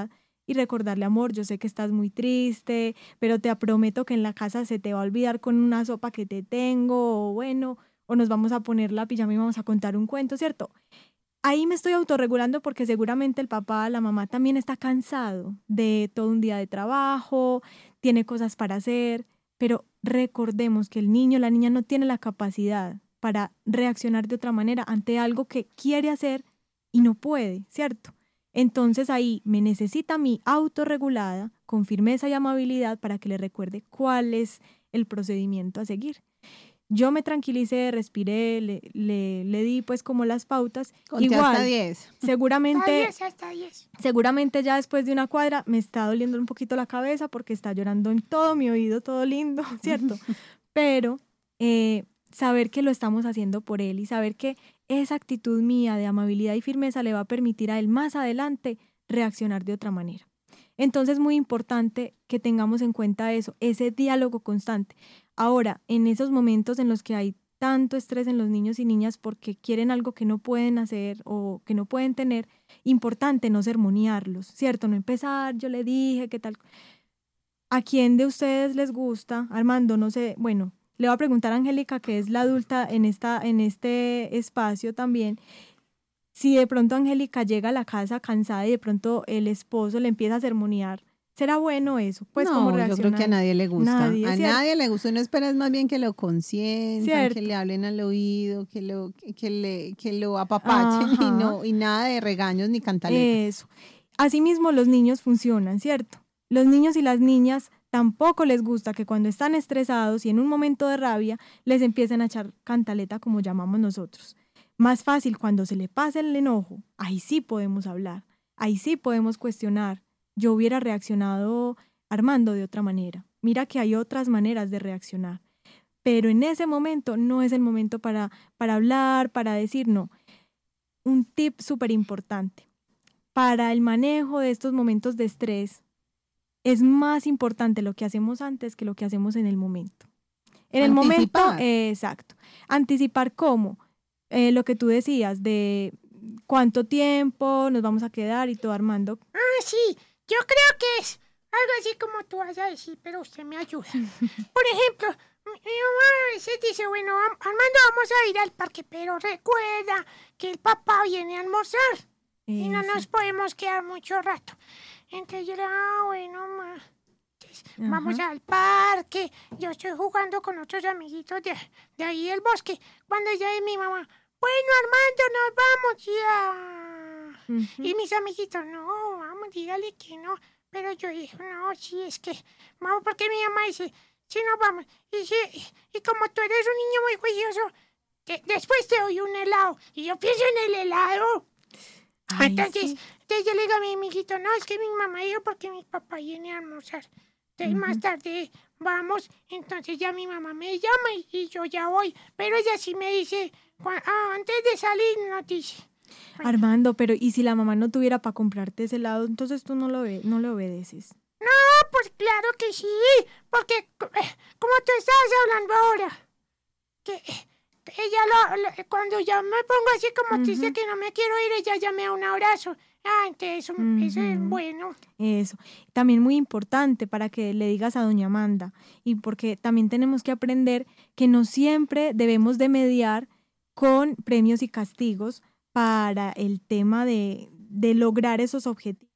y recordarle, amor, yo sé que estás muy triste, pero te prometo que en la casa se te va a olvidar con una sopa que te tengo, o bueno, o nos vamos a poner la pijama y vamos a contar un cuento, ¿cierto? Ahí me estoy autorregulando porque seguramente el papá, la mamá también está cansado de todo un día de trabajo, tiene cosas para hacer, pero recordemos que el niño, la niña no tiene la capacidad para reaccionar de otra manera ante algo que quiere hacer y no puede, ¿cierto? Entonces ahí me necesita a mí autorregulada, con firmeza y amabilidad para que le recuerde cuál es el procedimiento a seguir. Yo me tranquilicé, respiré, le di pues como las pautas. Conté igual, hasta 10. Hasta 10. Seguramente ya después de una cuadra me está doliendo un poquito la cabeza porque está llorando en todo mi oído, todo lindo, ¿cierto? Pero saber que lo estamos haciendo por él y saber que esa actitud mía de amabilidad y firmeza le va a permitir a él más adelante reaccionar de otra manera. Entonces es muy importante que tengamos en cuenta eso, ese diálogo constante. Ahora, en esos momentos en los que hay tanto estrés en los niños y niñas porque quieren algo que no pueden hacer o que no pueden tener, importante no sermonearlos, ¿cierto? No empezar, yo le dije, ¿qué tal? ¿A quién de ustedes les gusta? Armando, no sé, bueno, le voy a preguntar a Angélica, que es la adulta en este espacio también, si de pronto Angélica llega a la casa cansada y de pronto el esposo le empieza a sermonear, ¿será bueno eso? Pues, no, ¿cómo yo creo que a nadie le gusta. A nadie le gusta. Uno espera es más bien que lo consientan, que le hablen al oído, que lo apapachen y nada de regaños ni cantaletas. Eso. Asimismo, los niños funcionan, ¿cierto? Los niños y las niñas tampoco les gusta que cuando están estresados y en un momento de rabia les empiecen a echar cantaleta, como llamamos nosotros. Más fácil cuando se le pasa el enojo, ahí sí podemos hablar, ahí sí podemos cuestionar. Yo hubiera reaccionado, Armando, de otra manera. Mira que hay otras maneras de reaccionar. Pero en ese momento no es el momento para hablar, para decir no. Un tip súper importante. Para el manejo de estos momentos de estrés, es más importante lo que hacemos antes que lo que hacemos en el momento. En el momento, exacto. Anticipar cómo. Lo que tú decías de cuánto tiempo nos vamos a quedar y todo, Armando. Sí, yo creo que es algo así como tú vas a decir, pero usted me ayuda. Por ejemplo, mi mamá a veces dice, bueno, Armando, vamos a ir al parque, pero recuerda que el papá viene a almorzar y no nos podemos quedar mucho rato. Entonces yo le digo, bueno, ma, vamos al parque, yo estoy jugando con otros amiguitos de ahí del bosque. Cuando ya es mi mamá, bueno, Armando, nos vamos ya. Y mis amiguitos, no, vamos, dígale que no. Pero yo dije, no, sí, es que, vamos, porque mi mamá dice, sí, nos vamos. Y como tú eres un niño muy juicioso, después te doy un helado. Y yo pienso en el helado. Entonces yo le digo a mi amiguito, no, es que mi mamá dijo porque mi papá viene a almorzar. Entonces más tarde vamos, entonces ya mi mamá me llama y yo ya voy. Pero ella sí me dice, antes de salir nos dice. Bueno. Armando, pero ¿y si la mamá no tuviera para comprarte ese helado, entonces tú no le obedeces? No, pues claro que sí, porque como tú estabas hablando ahora, que ella cuando ya me pongo así como triste que no me quiero ir, ella ya me da un abrazo. Entonces eso es bueno. Eso. También muy importante para que le digas a doña Amanda, y porque también tenemos que aprender que no siempre debemos de mediar con premios y castigos para el tema de lograr esos objetivos.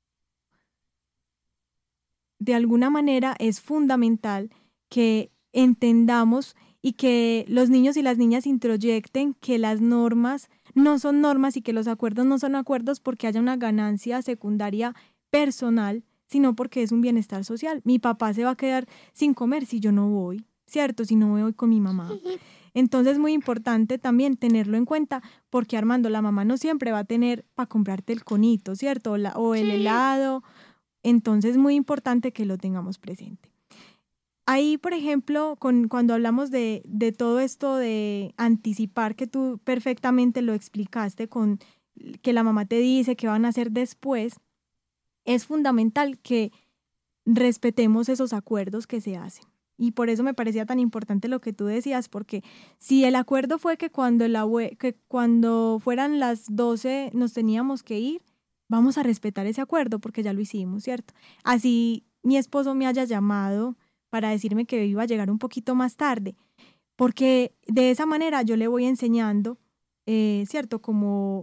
De alguna manera es fundamental que entendamos y que los niños y las niñas introyecten que las normas no son normas y que los acuerdos no son acuerdos porque haya una ganancia secundaria personal, sino porque es un bienestar social. Mi papá se va a quedar sin comer si yo no voy, ¿cierto? Si no voy con mi mamá. Entonces es muy importante también tenerlo en cuenta porque, Armando, la mamá no siempre va a tener para comprarte el conito, ¿cierto? O el helado. Entonces es muy importante que lo tengamos presente. Ahí, por ejemplo, cuando hablamos de todo esto de anticipar, que tú perfectamente lo explicaste con que la mamá te dice qué van a hacer después, es fundamental que respetemos esos acuerdos que se hacen. Y por eso me parecía tan importante lo que tú decías, porque si el acuerdo fue que cuando fueran las 12 nos teníamos que ir, vamos a respetar ese acuerdo porque ya lo hicimos, ¿cierto? Así mi esposo me haya llamado para decirme que iba a llegar un poquito más tarde, porque de esa manera yo le voy enseñando, ¿cierto? Como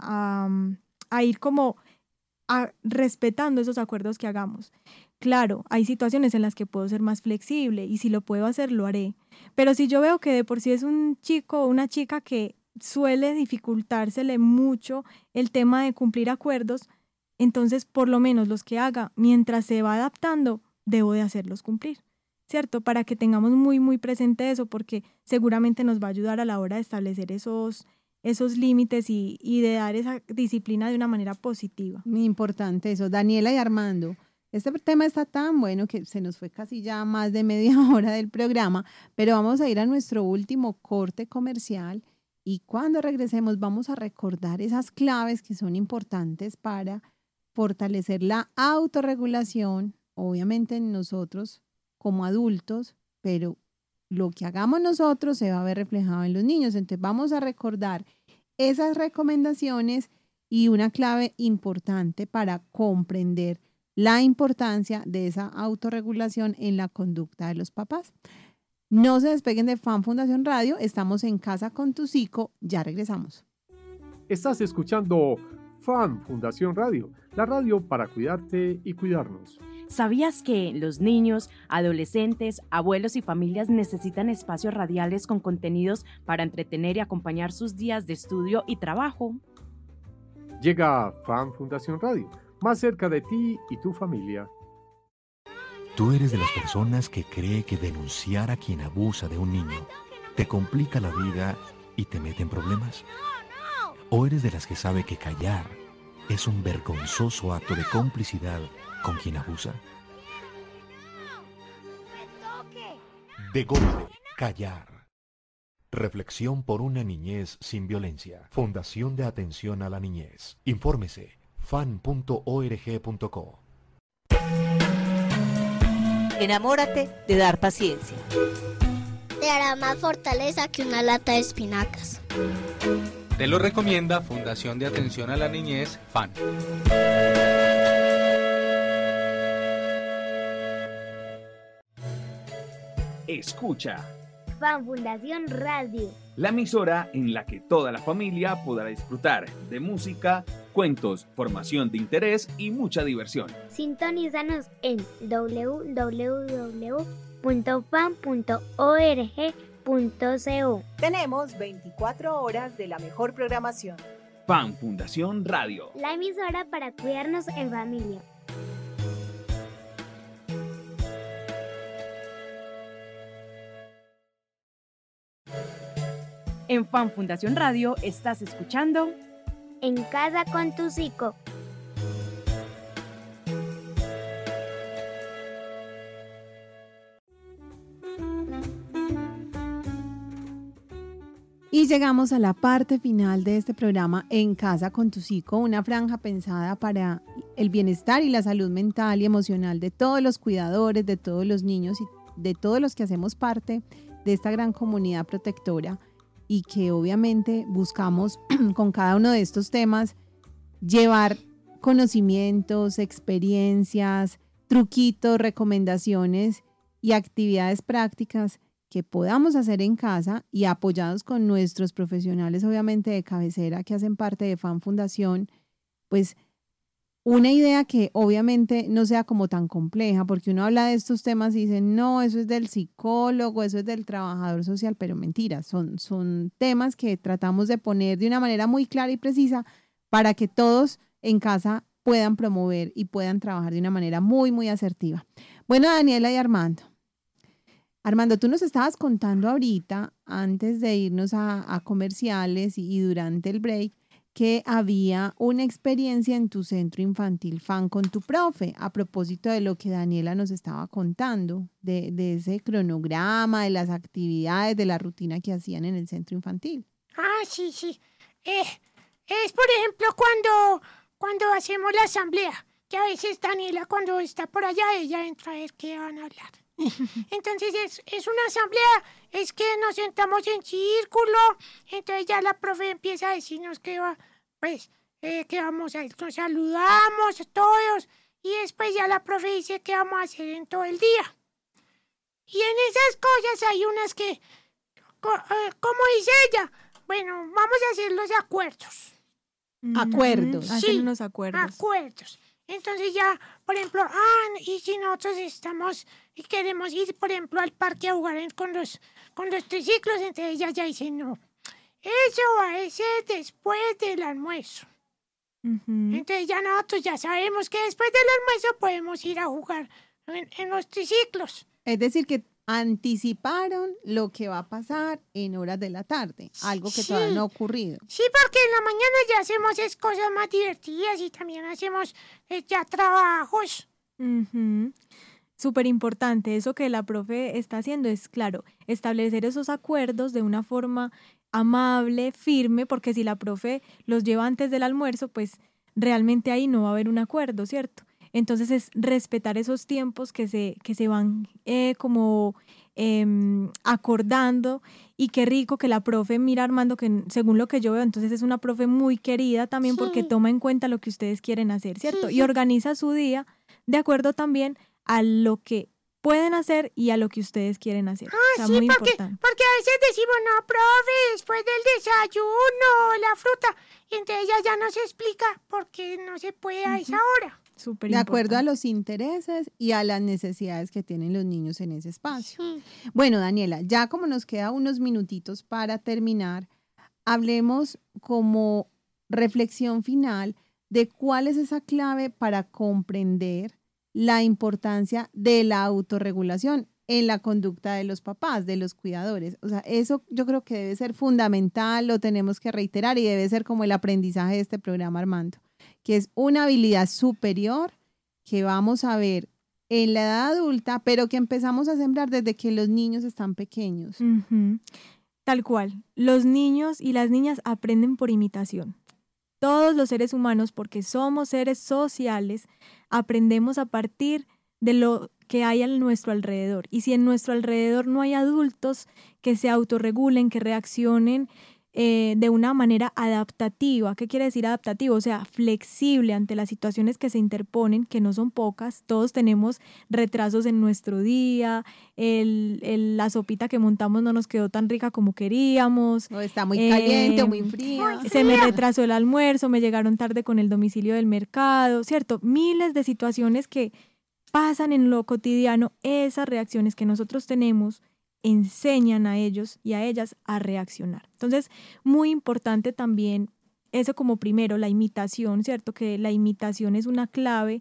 a ir como respetando esos acuerdos que hagamos. Claro, hay situaciones en las que puedo ser más flexible y si lo puedo hacer, lo haré. Pero si yo veo que de por sí es un chico o una chica que suele dificultársele mucho el tema de cumplir acuerdos, entonces por lo menos los que haga mientras se va adaptando, debo de hacerlos cumplir, ¿cierto? Para que tengamos muy, muy presente eso, porque seguramente nos va a ayudar a la hora de establecer esos límites y de dar esa disciplina de una manera positiva. Muy importante eso. Daniela y Armando, este tema está tan bueno que se nos fue casi ya más de media hora del programa, pero vamos a ir a nuestro último corte comercial y cuando regresemos vamos a recordar esas claves que son importantes para fortalecer la autorregulación, obviamente en nosotros como adultos, pero lo que hagamos nosotros se va a ver reflejado en los niños. Entonces vamos a recordar esas recomendaciones y una clave importante para comprender la importancia de esa autorregulación en la conducta de los papás. No se despeguen de Fan Fundación Radio, estamos en Casa con tu Psico, ya regresamos. Estás escuchando Fan Fundación Radio, la radio para cuidarte y cuidarnos. ¿Sabías que los niños, adolescentes, abuelos y familias necesitan espacios radiales con contenidos para entretener y acompañar sus días de estudio y trabajo? Llega Fan Fundación Radio, más cerca de ti y tu familia. ¿Tú eres de las personas que cree que denunciar a quien abusa de un niño te complica la vida y te mete en problemas? ¿O eres de las que sabe que callar es un vergonzoso acto de complicidad con quien abusa? De golpe, callar. Reflexión por una niñez sin violencia. Fundación de Atención a la Niñez. Infórmese fan.org.co. Enamórate de dar paciencia. Te hará más fortaleza que una lata de espinacas. Te lo recomienda Fundación de Atención a la Niñez, FAN. Escucha Fan Fundación Radio, la emisora en la que toda la familia podrá disfrutar de música, cuentos, formación de interés y mucha diversión. sintonízanos en www.fan.org.co. Tenemos 24 horas de la mejor programación. Fan Fundación Radio, La emisora para cuidarnos en familia. En Fan Fundación Radio estás escuchando En Casa con tu Psico. Y llegamos a la parte final de este programa En Casa con tu Psico, una franja pensada para el bienestar y la salud mental y emocional de todos los cuidadores, de todos los niños y de todos los que hacemos parte de esta gran comunidad protectora y que obviamente buscamos con cada uno de estos temas llevar conocimientos, experiencias, truquitos, recomendaciones y actividades prácticas que podamos hacer en casa y apoyados con nuestros profesionales obviamente de cabecera que hacen parte de Fan Fundación, pues una idea que obviamente no sea como tan compleja, porque uno habla de estos temas y dice, no, eso es del psicólogo, eso es del trabajador social, pero mentira, son temas que tratamos de poner de una manera muy clara y precisa para que todos en casa puedan promover y puedan trabajar de una manera muy, muy asertiva. Bueno, Daniela y Armando. Armando, tú nos estabas contando ahorita, antes de irnos a comerciales y durante el break, que había una experiencia en tu centro infantil FAN con tu profe, a propósito de lo que Daniela nos estaba contando, de ese cronograma, de las actividades, de la rutina que hacían en el centro infantil. Ah, sí. Es por ejemplo cuando hacemos la asamblea, que a veces Daniela cuando está por allá, ella entra a ver qué van a hablar. Entonces es una asamblea, es que nos sentamos en círculo, entonces ya la profe empieza a decirnos que va, pues que nos saludamos todos y después ya la profe dice qué vamos a hacer en todo el día. Y en esas cosas hay unas que, como dice ella, bueno, vamos a hacer los acuerdos. Acuerdos. Hacen unos acuerdos. Acuerdos. Entonces ya, por ejemplo, y si nosotros estamos y queremos ir, por ejemplo, al parque a jugar con los triciclos, entonces ella ya dice, no, eso va a ser después del almuerzo. Entonces ya nosotros ya sabemos que después del almuerzo podemos ir a jugar en los triciclos. Es decir, que anticiparon lo que va a pasar en horas de la tarde, algo que todavía no ha ocurrido. Sí, porque en la mañana ya hacemos cosas más divertidas y también hacemos ya trabajos. Súper importante, eso que la profe está haciendo es, claro, establecer esos acuerdos de una forma amable, firme, porque si la profe los lleva antes del almuerzo, pues realmente ahí no va a haber un acuerdo, ¿cierto? Entonces es respetar esos tiempos que se van acordando, y qué rico que la profe, mira Armando, que según lo que yo veo, entonces es una profe muy querida también porque toma en cuenta lo que ustedes quieren hacer, ¿cierto? Y organiza su día de acuerdo también a lo que pueden hacer y a lo que ustedes quieren hacer. O sea, muy importante. Porque a veces decimos, no, profe, después del desayuno, la fruta, y entonces ella ya nos explica por qué no se puede a esa hora. De acuerdo a los intereses y a las necesidades que tienen los niños en ese espacio. Bueno, Daniela, ya como nos queda unos minutitos para terminar, hablemos como reflexión final de cuál es esa clave para comprender la importancia de la autorregulación en la conducta de los papás, de los cuidadores. O sea, eso yo creo que debe ser fundamental, lo tenemos que reiterar y debe ser como el aprendizaje de este programa, Armando, que es una habilidad superior que vamos a ver en la edad adulta, pero que empezamos a sembrar desde que los niños están pequeños. Tal cual. Los niños y las niñas aprenden por imitación. Todos los seres humanos, porque somos seres sociales, aprendemos a partir de lo que hay a nuestro alrededor. Y si en nuestro alrededor no hay adultos que se autorregulen, que reaccionen de una manera adaptativa. ¿Qué quiere decir adaptativo? O sea, flexible ante las situaciones que se interponen, que no son pocas. Todos tenemos retrasos en nuestro día, la sopita que montamos no nos quedó tan rica como queríamos. O está muy caliente o muy fría. Se me retrasó el almuerzo, me llegaron tarde con el domicilio del mercado, ¿cierto? Miles de situaciones que pasan en lo cotidiano. Esas reacciones que nosotros tenemos enseñan a ellos y a ellas a reaccionar. Entonces, muy importante también eso como primero, la imitación, ¿cierto? Que la imitación es una clave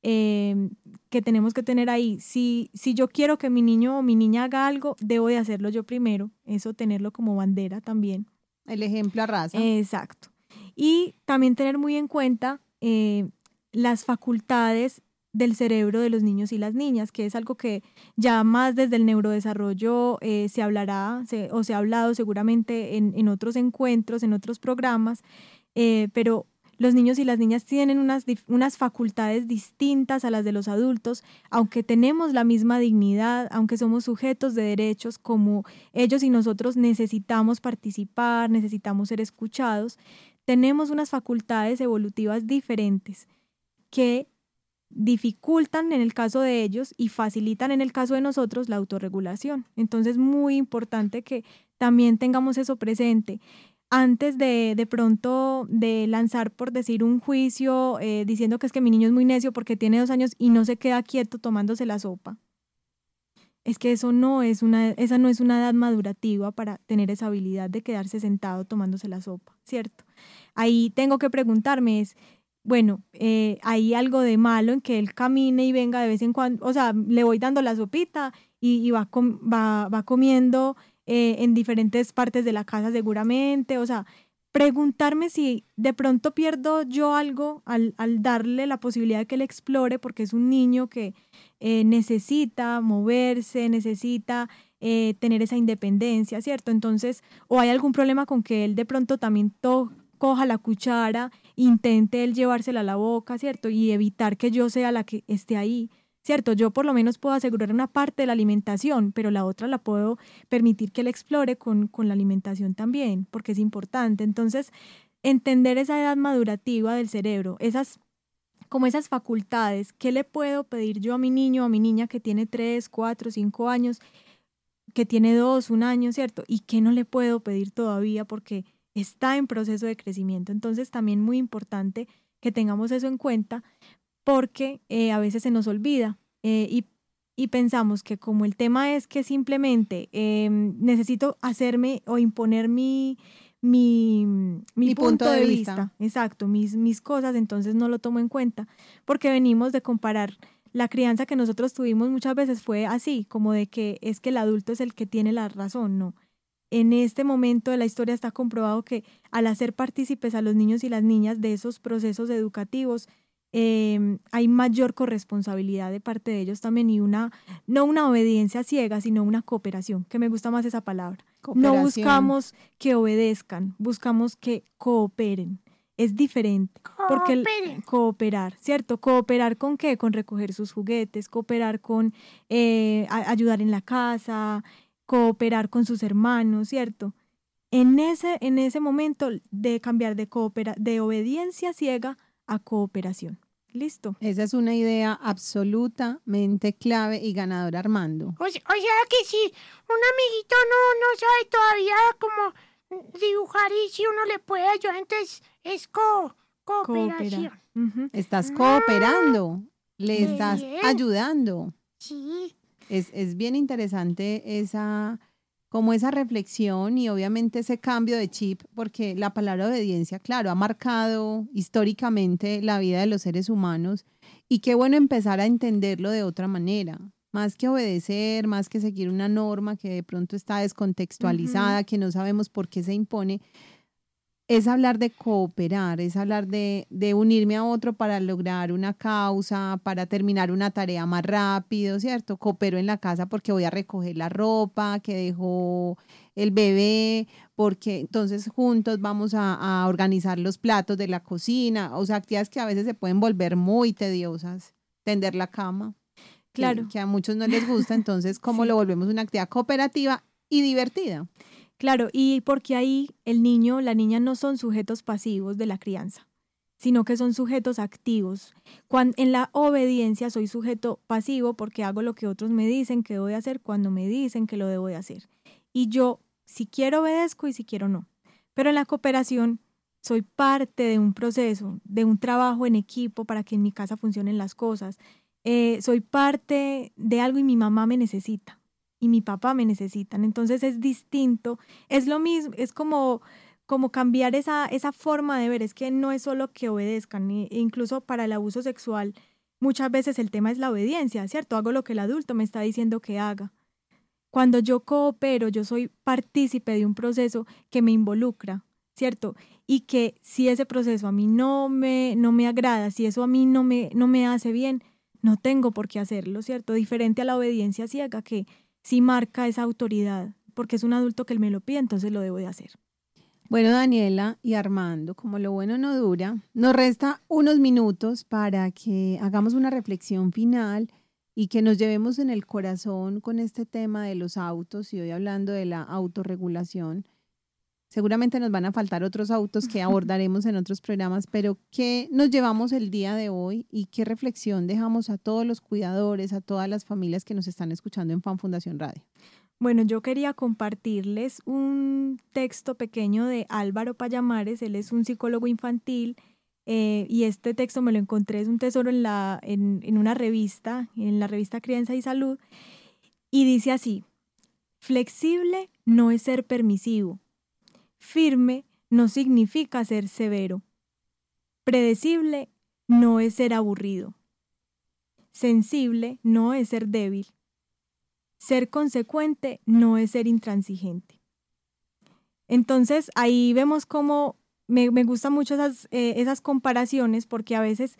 que tenemos que tener ahí. Si yo quiero que mi niño o mi niña haga algo, debo de hacerlo yo primero. Eso tenerlo como bandera también. El ejemplo arrasa. Exacto. Y también tener muy en cuenta las facultades del cerebro de los niños y las niñas, que es algo que ya más desde el neurodesarrollo se hablará o se ha hablado seguramente en otros encuentros, en otros programas, pero los niños y las niñas tienen unas facultades distintas a las de los adultos, aunque tenemos la misma dignidad, aunque somos sujetos de derechos como ellos y nosotros necesitamos participar, necesitamos ser escuchados, tenemos unas facultades evolutivas diferentes que dificultan en el caso de ellos y facilitan en el caso de nosotros la autorregulación. Entonces, muy importante que también tengamos eso presente. Antes de pronto de lanzar, por decir, un juicio diciendo que es que mi niño es muy necio porque tiene 2 años y no se queda quieto tomándose la sopa. Es que esa no es una edad madurativa para tener esa habilidad de quedarse sentado tomándose la sopa, ¿cierto? Ahí tengo que preguntarme bueno, hay algo de malo en que él camine y venga de vez en cuando, o sea, le voy dando la sopita y va comiendo en diferentes partes de la casa seguramente, o sea, preguntarme si de pronto pierdo yo algo al darle la posibilidad de que él explore, porque es un niño que necesita moverse, necesita tener esa independencia, ¿cierto? Entonces, o hay algún problema con que él de pronto también coja la cuchara, intente él llevársela a la boca, ¿cierto? Y evitar que yo sea la que esté ahí, ¿cierto? Yo por lo menos puedo asegurar una parte de la alimentación, pero la otra la puedo permitir que él explore con la alimentación también, porque es importante. Entonces, entender esa edad madurativa del cerebro, esas facultades. ¿Qué le puedo pedir yo a mi niño o a mi niña que tiene 3, 4, 5 años, que tiene 2, 1 año, ¿cierto? Y qué no le puedo pedir todavía porque está en proceso de crecimiento. Entonces también muy importante que tengamos eso en cuenta porque a veces se nos olvida y pensamos que como el tema es que simplemente necesito hacerme o imponer mi punto de vista. Exacto, mis cosas, entonces no lo tomo en cuenta porque venimos de comparar. La crianza que nosotros tuvimos muchas veces fue así, como de que es que el adulto es el que tiene la razón, no. En este momento de la historia está comprobado que al hacer partícipes a los niños y las niñas de esos procesos educativos, hay mayor corresponsabilidad de parte de ellos también y no una obediencia ciega, sino una cooperación, que me gusta más esa palabra. No buscamos que obedezcan, buscamos que cooperen. Es diferente, porque cooperar, ¿cierto? ¿Cooperar con qué? Con recoger sus juguetes, cooperar con ayudar en la casa, cooperar con sus hermanos, ¿cierto? En ese momento de cambiar de obediencia ciega a cooperación. ¿Listo? Esa es una idea absolutamente clave y ganadora, Armando. O sea que si un amiguito no sabe todavía cómo dibujar y si uno le puede ayudar, entonces es cooperación. Estás cooperando, le estás ayudando. Sí. Es bien interesante esa reflexión y obviamente ese cambio de chip, porque la palabra obediencia, claro, ha marcado históricamente la vida de los seres humanos y qué bueno empezar a entenderlo de otra manera, más que obedecer, más que seguir una norma que de pronto está descontextualizada, que no sabemos por qué se impone. Es hablar de cooperar, es hablar de unirme a otro para lograr una causa, para terminar una tarea más rápido, ¿cierto? Coopero en la casa porque voy a recoger la ropa que dejó el bebé, porque entonces juntos vamos a organizar los platos de la cocina, o sea, actividades que a veces se pueden volver muy tediosas, tender la cama, claro, que a muchos no les gusta, entonces ¿cómo lo volvemos una actividad cooperativa y divertida? Claro, y porque ahí el niño o la niña no son sujetos pasivos de la crianza, sino que son sujetos activos. En la obediencia soy sujeto pasivo porque hago lo que otros me dicen que debo de hacer cuando me dicen que lo debo de hacer. Y yo, si quiero, obedezco y si quiero, no. Pero en la cooperación soy parte de un proceso, de un trabajo en equipo para que en mi casa funcionen las cosas. Soy parte de algo y mi mamá me necesita. Y mi papá me necesitan, entonces es distinto, es lo mismo, es como cambiar esa forma de ver, es que no es solo que obedezcan, incluso para el abuso sexual, muchas veces el tema es la obediencia, ¿cierto? Hago lo que el adulto me está diciendo que haga. Cuando yo coopero, yo soy partícipe de un proceso que me involucra, ¿cierto? Y que si ese proceso a mí no me agrada, si eso a mí no me hace bien, no tengo por qué hacerlo, ¿cierto? Diferente a la obediencia ciega que sí marca esa autoridad, porque es un adulto que me lo pide, entonces lo debo de hacer. Bueno, Daniela y Armando, como lo bueno no dura, nos resta unos minutos para que hagamos una reflexión final y que nos llevemos en el corazón con este tema de los autos y hoy hablando de la autorregulación. Seguramente nos van a faltar otros autos que abordaremos en otros programas, pero ¿qué nos llevamos el día de hoy y qué reflexión dejamos a todos los cuidadores, a todas las familias que nos están escuchando en Fan Fundación Radio? Bueno, yo quería compartirles un texto pequeño de Álvaro Payamares, él es un psicólogo infantil y este texto me lo encontré, es un tesoro en una revista, en la revista Crianza y Salud, y dice así: flexible no es ser permisivo. Firme no significa ser severo. Predecible no es ser aburrido. Sensible no es ser débil. Ser consecuente no es ser intransigente. Entonces ahí vemos cómo me gustan mucho esas comparaciones porque a veces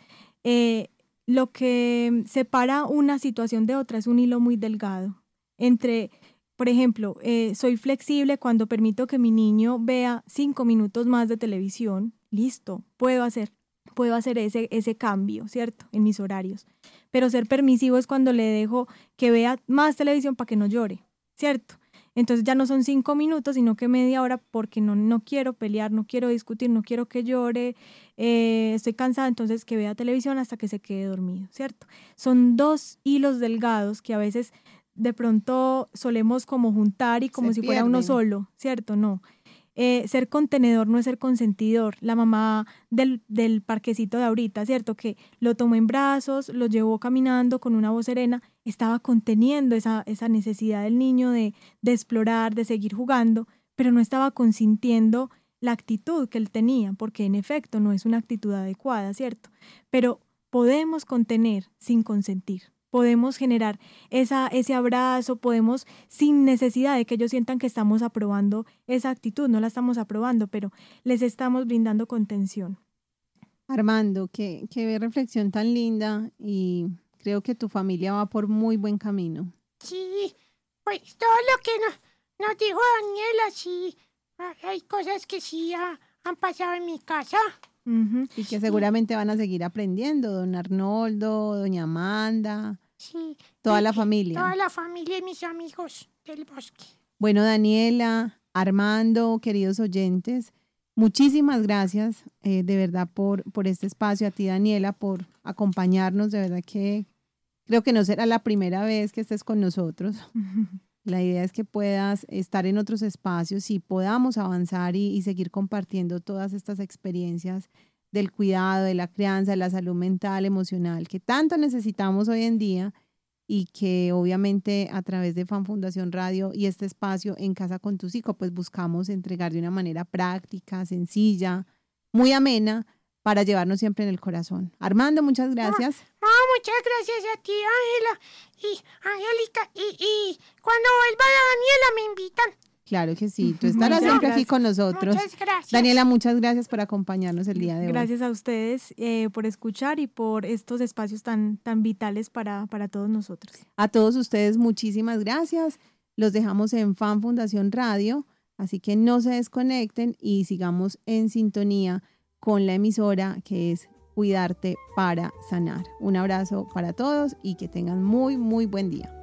lo que separa una situación de otra es un hilo muy delgado entre... Por ejemplo, soy flexible cuando permito que mi niño vea 5 minutos más de televisión. Listo, puedo hacer ese cambio, ¿cierto? En mis horarios. Pero ser permisivo es cuando le dejo que vea más televisión para que no llore, ¿cierto? Entonces ya no son 5 minutos, sino que media hora, porque no quiero pelear, no quiero discutir, no quiero que llore, estoy cansada, entonces que vea televisión hasta que se quede dormido, ¿cierto? Son 2 hilos delgados que a veces de pronto solemos como juntar y como si fuera uno solo, ¿cierto? No. Ser contenedor no es ser consentidor. La mamá del parquecito de ahorita, ¿cierto? Que lo tomó en brazos, lo llevó caminando con una voz serena, estaba conteniendo esa necesidad del niño de explorar, de seguir jugando, pero no estaba consintiendo la actitud que él tenía, porque en efecto no es una actitud adecuada, ¿cierto? Pero podemos contener sin consentir. Podemos generar ese abrazo, podemos, sin necesidad de que ellos sientan que estamos aprobando esa actitud, no la estamos aprobando, pero les estamos brindando contención. Armando, qué reflexión tan linda, y creo que tu familia va por muy buen camino. Sí, pues todo lo que nos dijo Daniela, sí, hay cosas que sí han pasado en mi casa. Uh-huh. Y que seguramente van a seguir aprendiendo, don Arnoldo, doña Amanda, sí, toda la familia. Toda la familia y mis amigos del bosque. Bueno, Daniela, Armando, queridos oyentes, muchísimas gracias de verdad por este espacio. A ti, Daniela, por acompañarnos. De verdad que creo que no será la primera vez que estés con nosotros. Uh-huh. La idea es que puedas estar en otros espacios y podamos avanzar y seguir compartiendo todas estas experiencias del cuidado, de la crianza, de la salud mental, emocional, que tanto necesitamos hoy en día, y que obviamente a través de Fan Fundación Radio y este espacio En Casa con tu Hijo, pues buscamos entregar de una manera práctica, sencilla, muy amena, para llevarnos siempre en el corazón. Armando, muchas gracias. Muchas gracias a ti, Ángela y Angélica. Y cuando vuelva Daniela me invitan. Claro que sí, tú estarás siempre aquí con nosotros. Muchas gracias. Daniela, muchas gracias por acompañarnos el día de hoy. Gracias a ustedes por escuchar y por estos espacios tan vitales para todos nosotros. A todos ustedes, muchísimas gracias. Los dejamos en Fan Fundación Radio, así que no se desconecten y sigamos en sintonía con la emisora que es Cuidarte para Sanar. Un abrazo para todos y que tengan muy, muy buen día.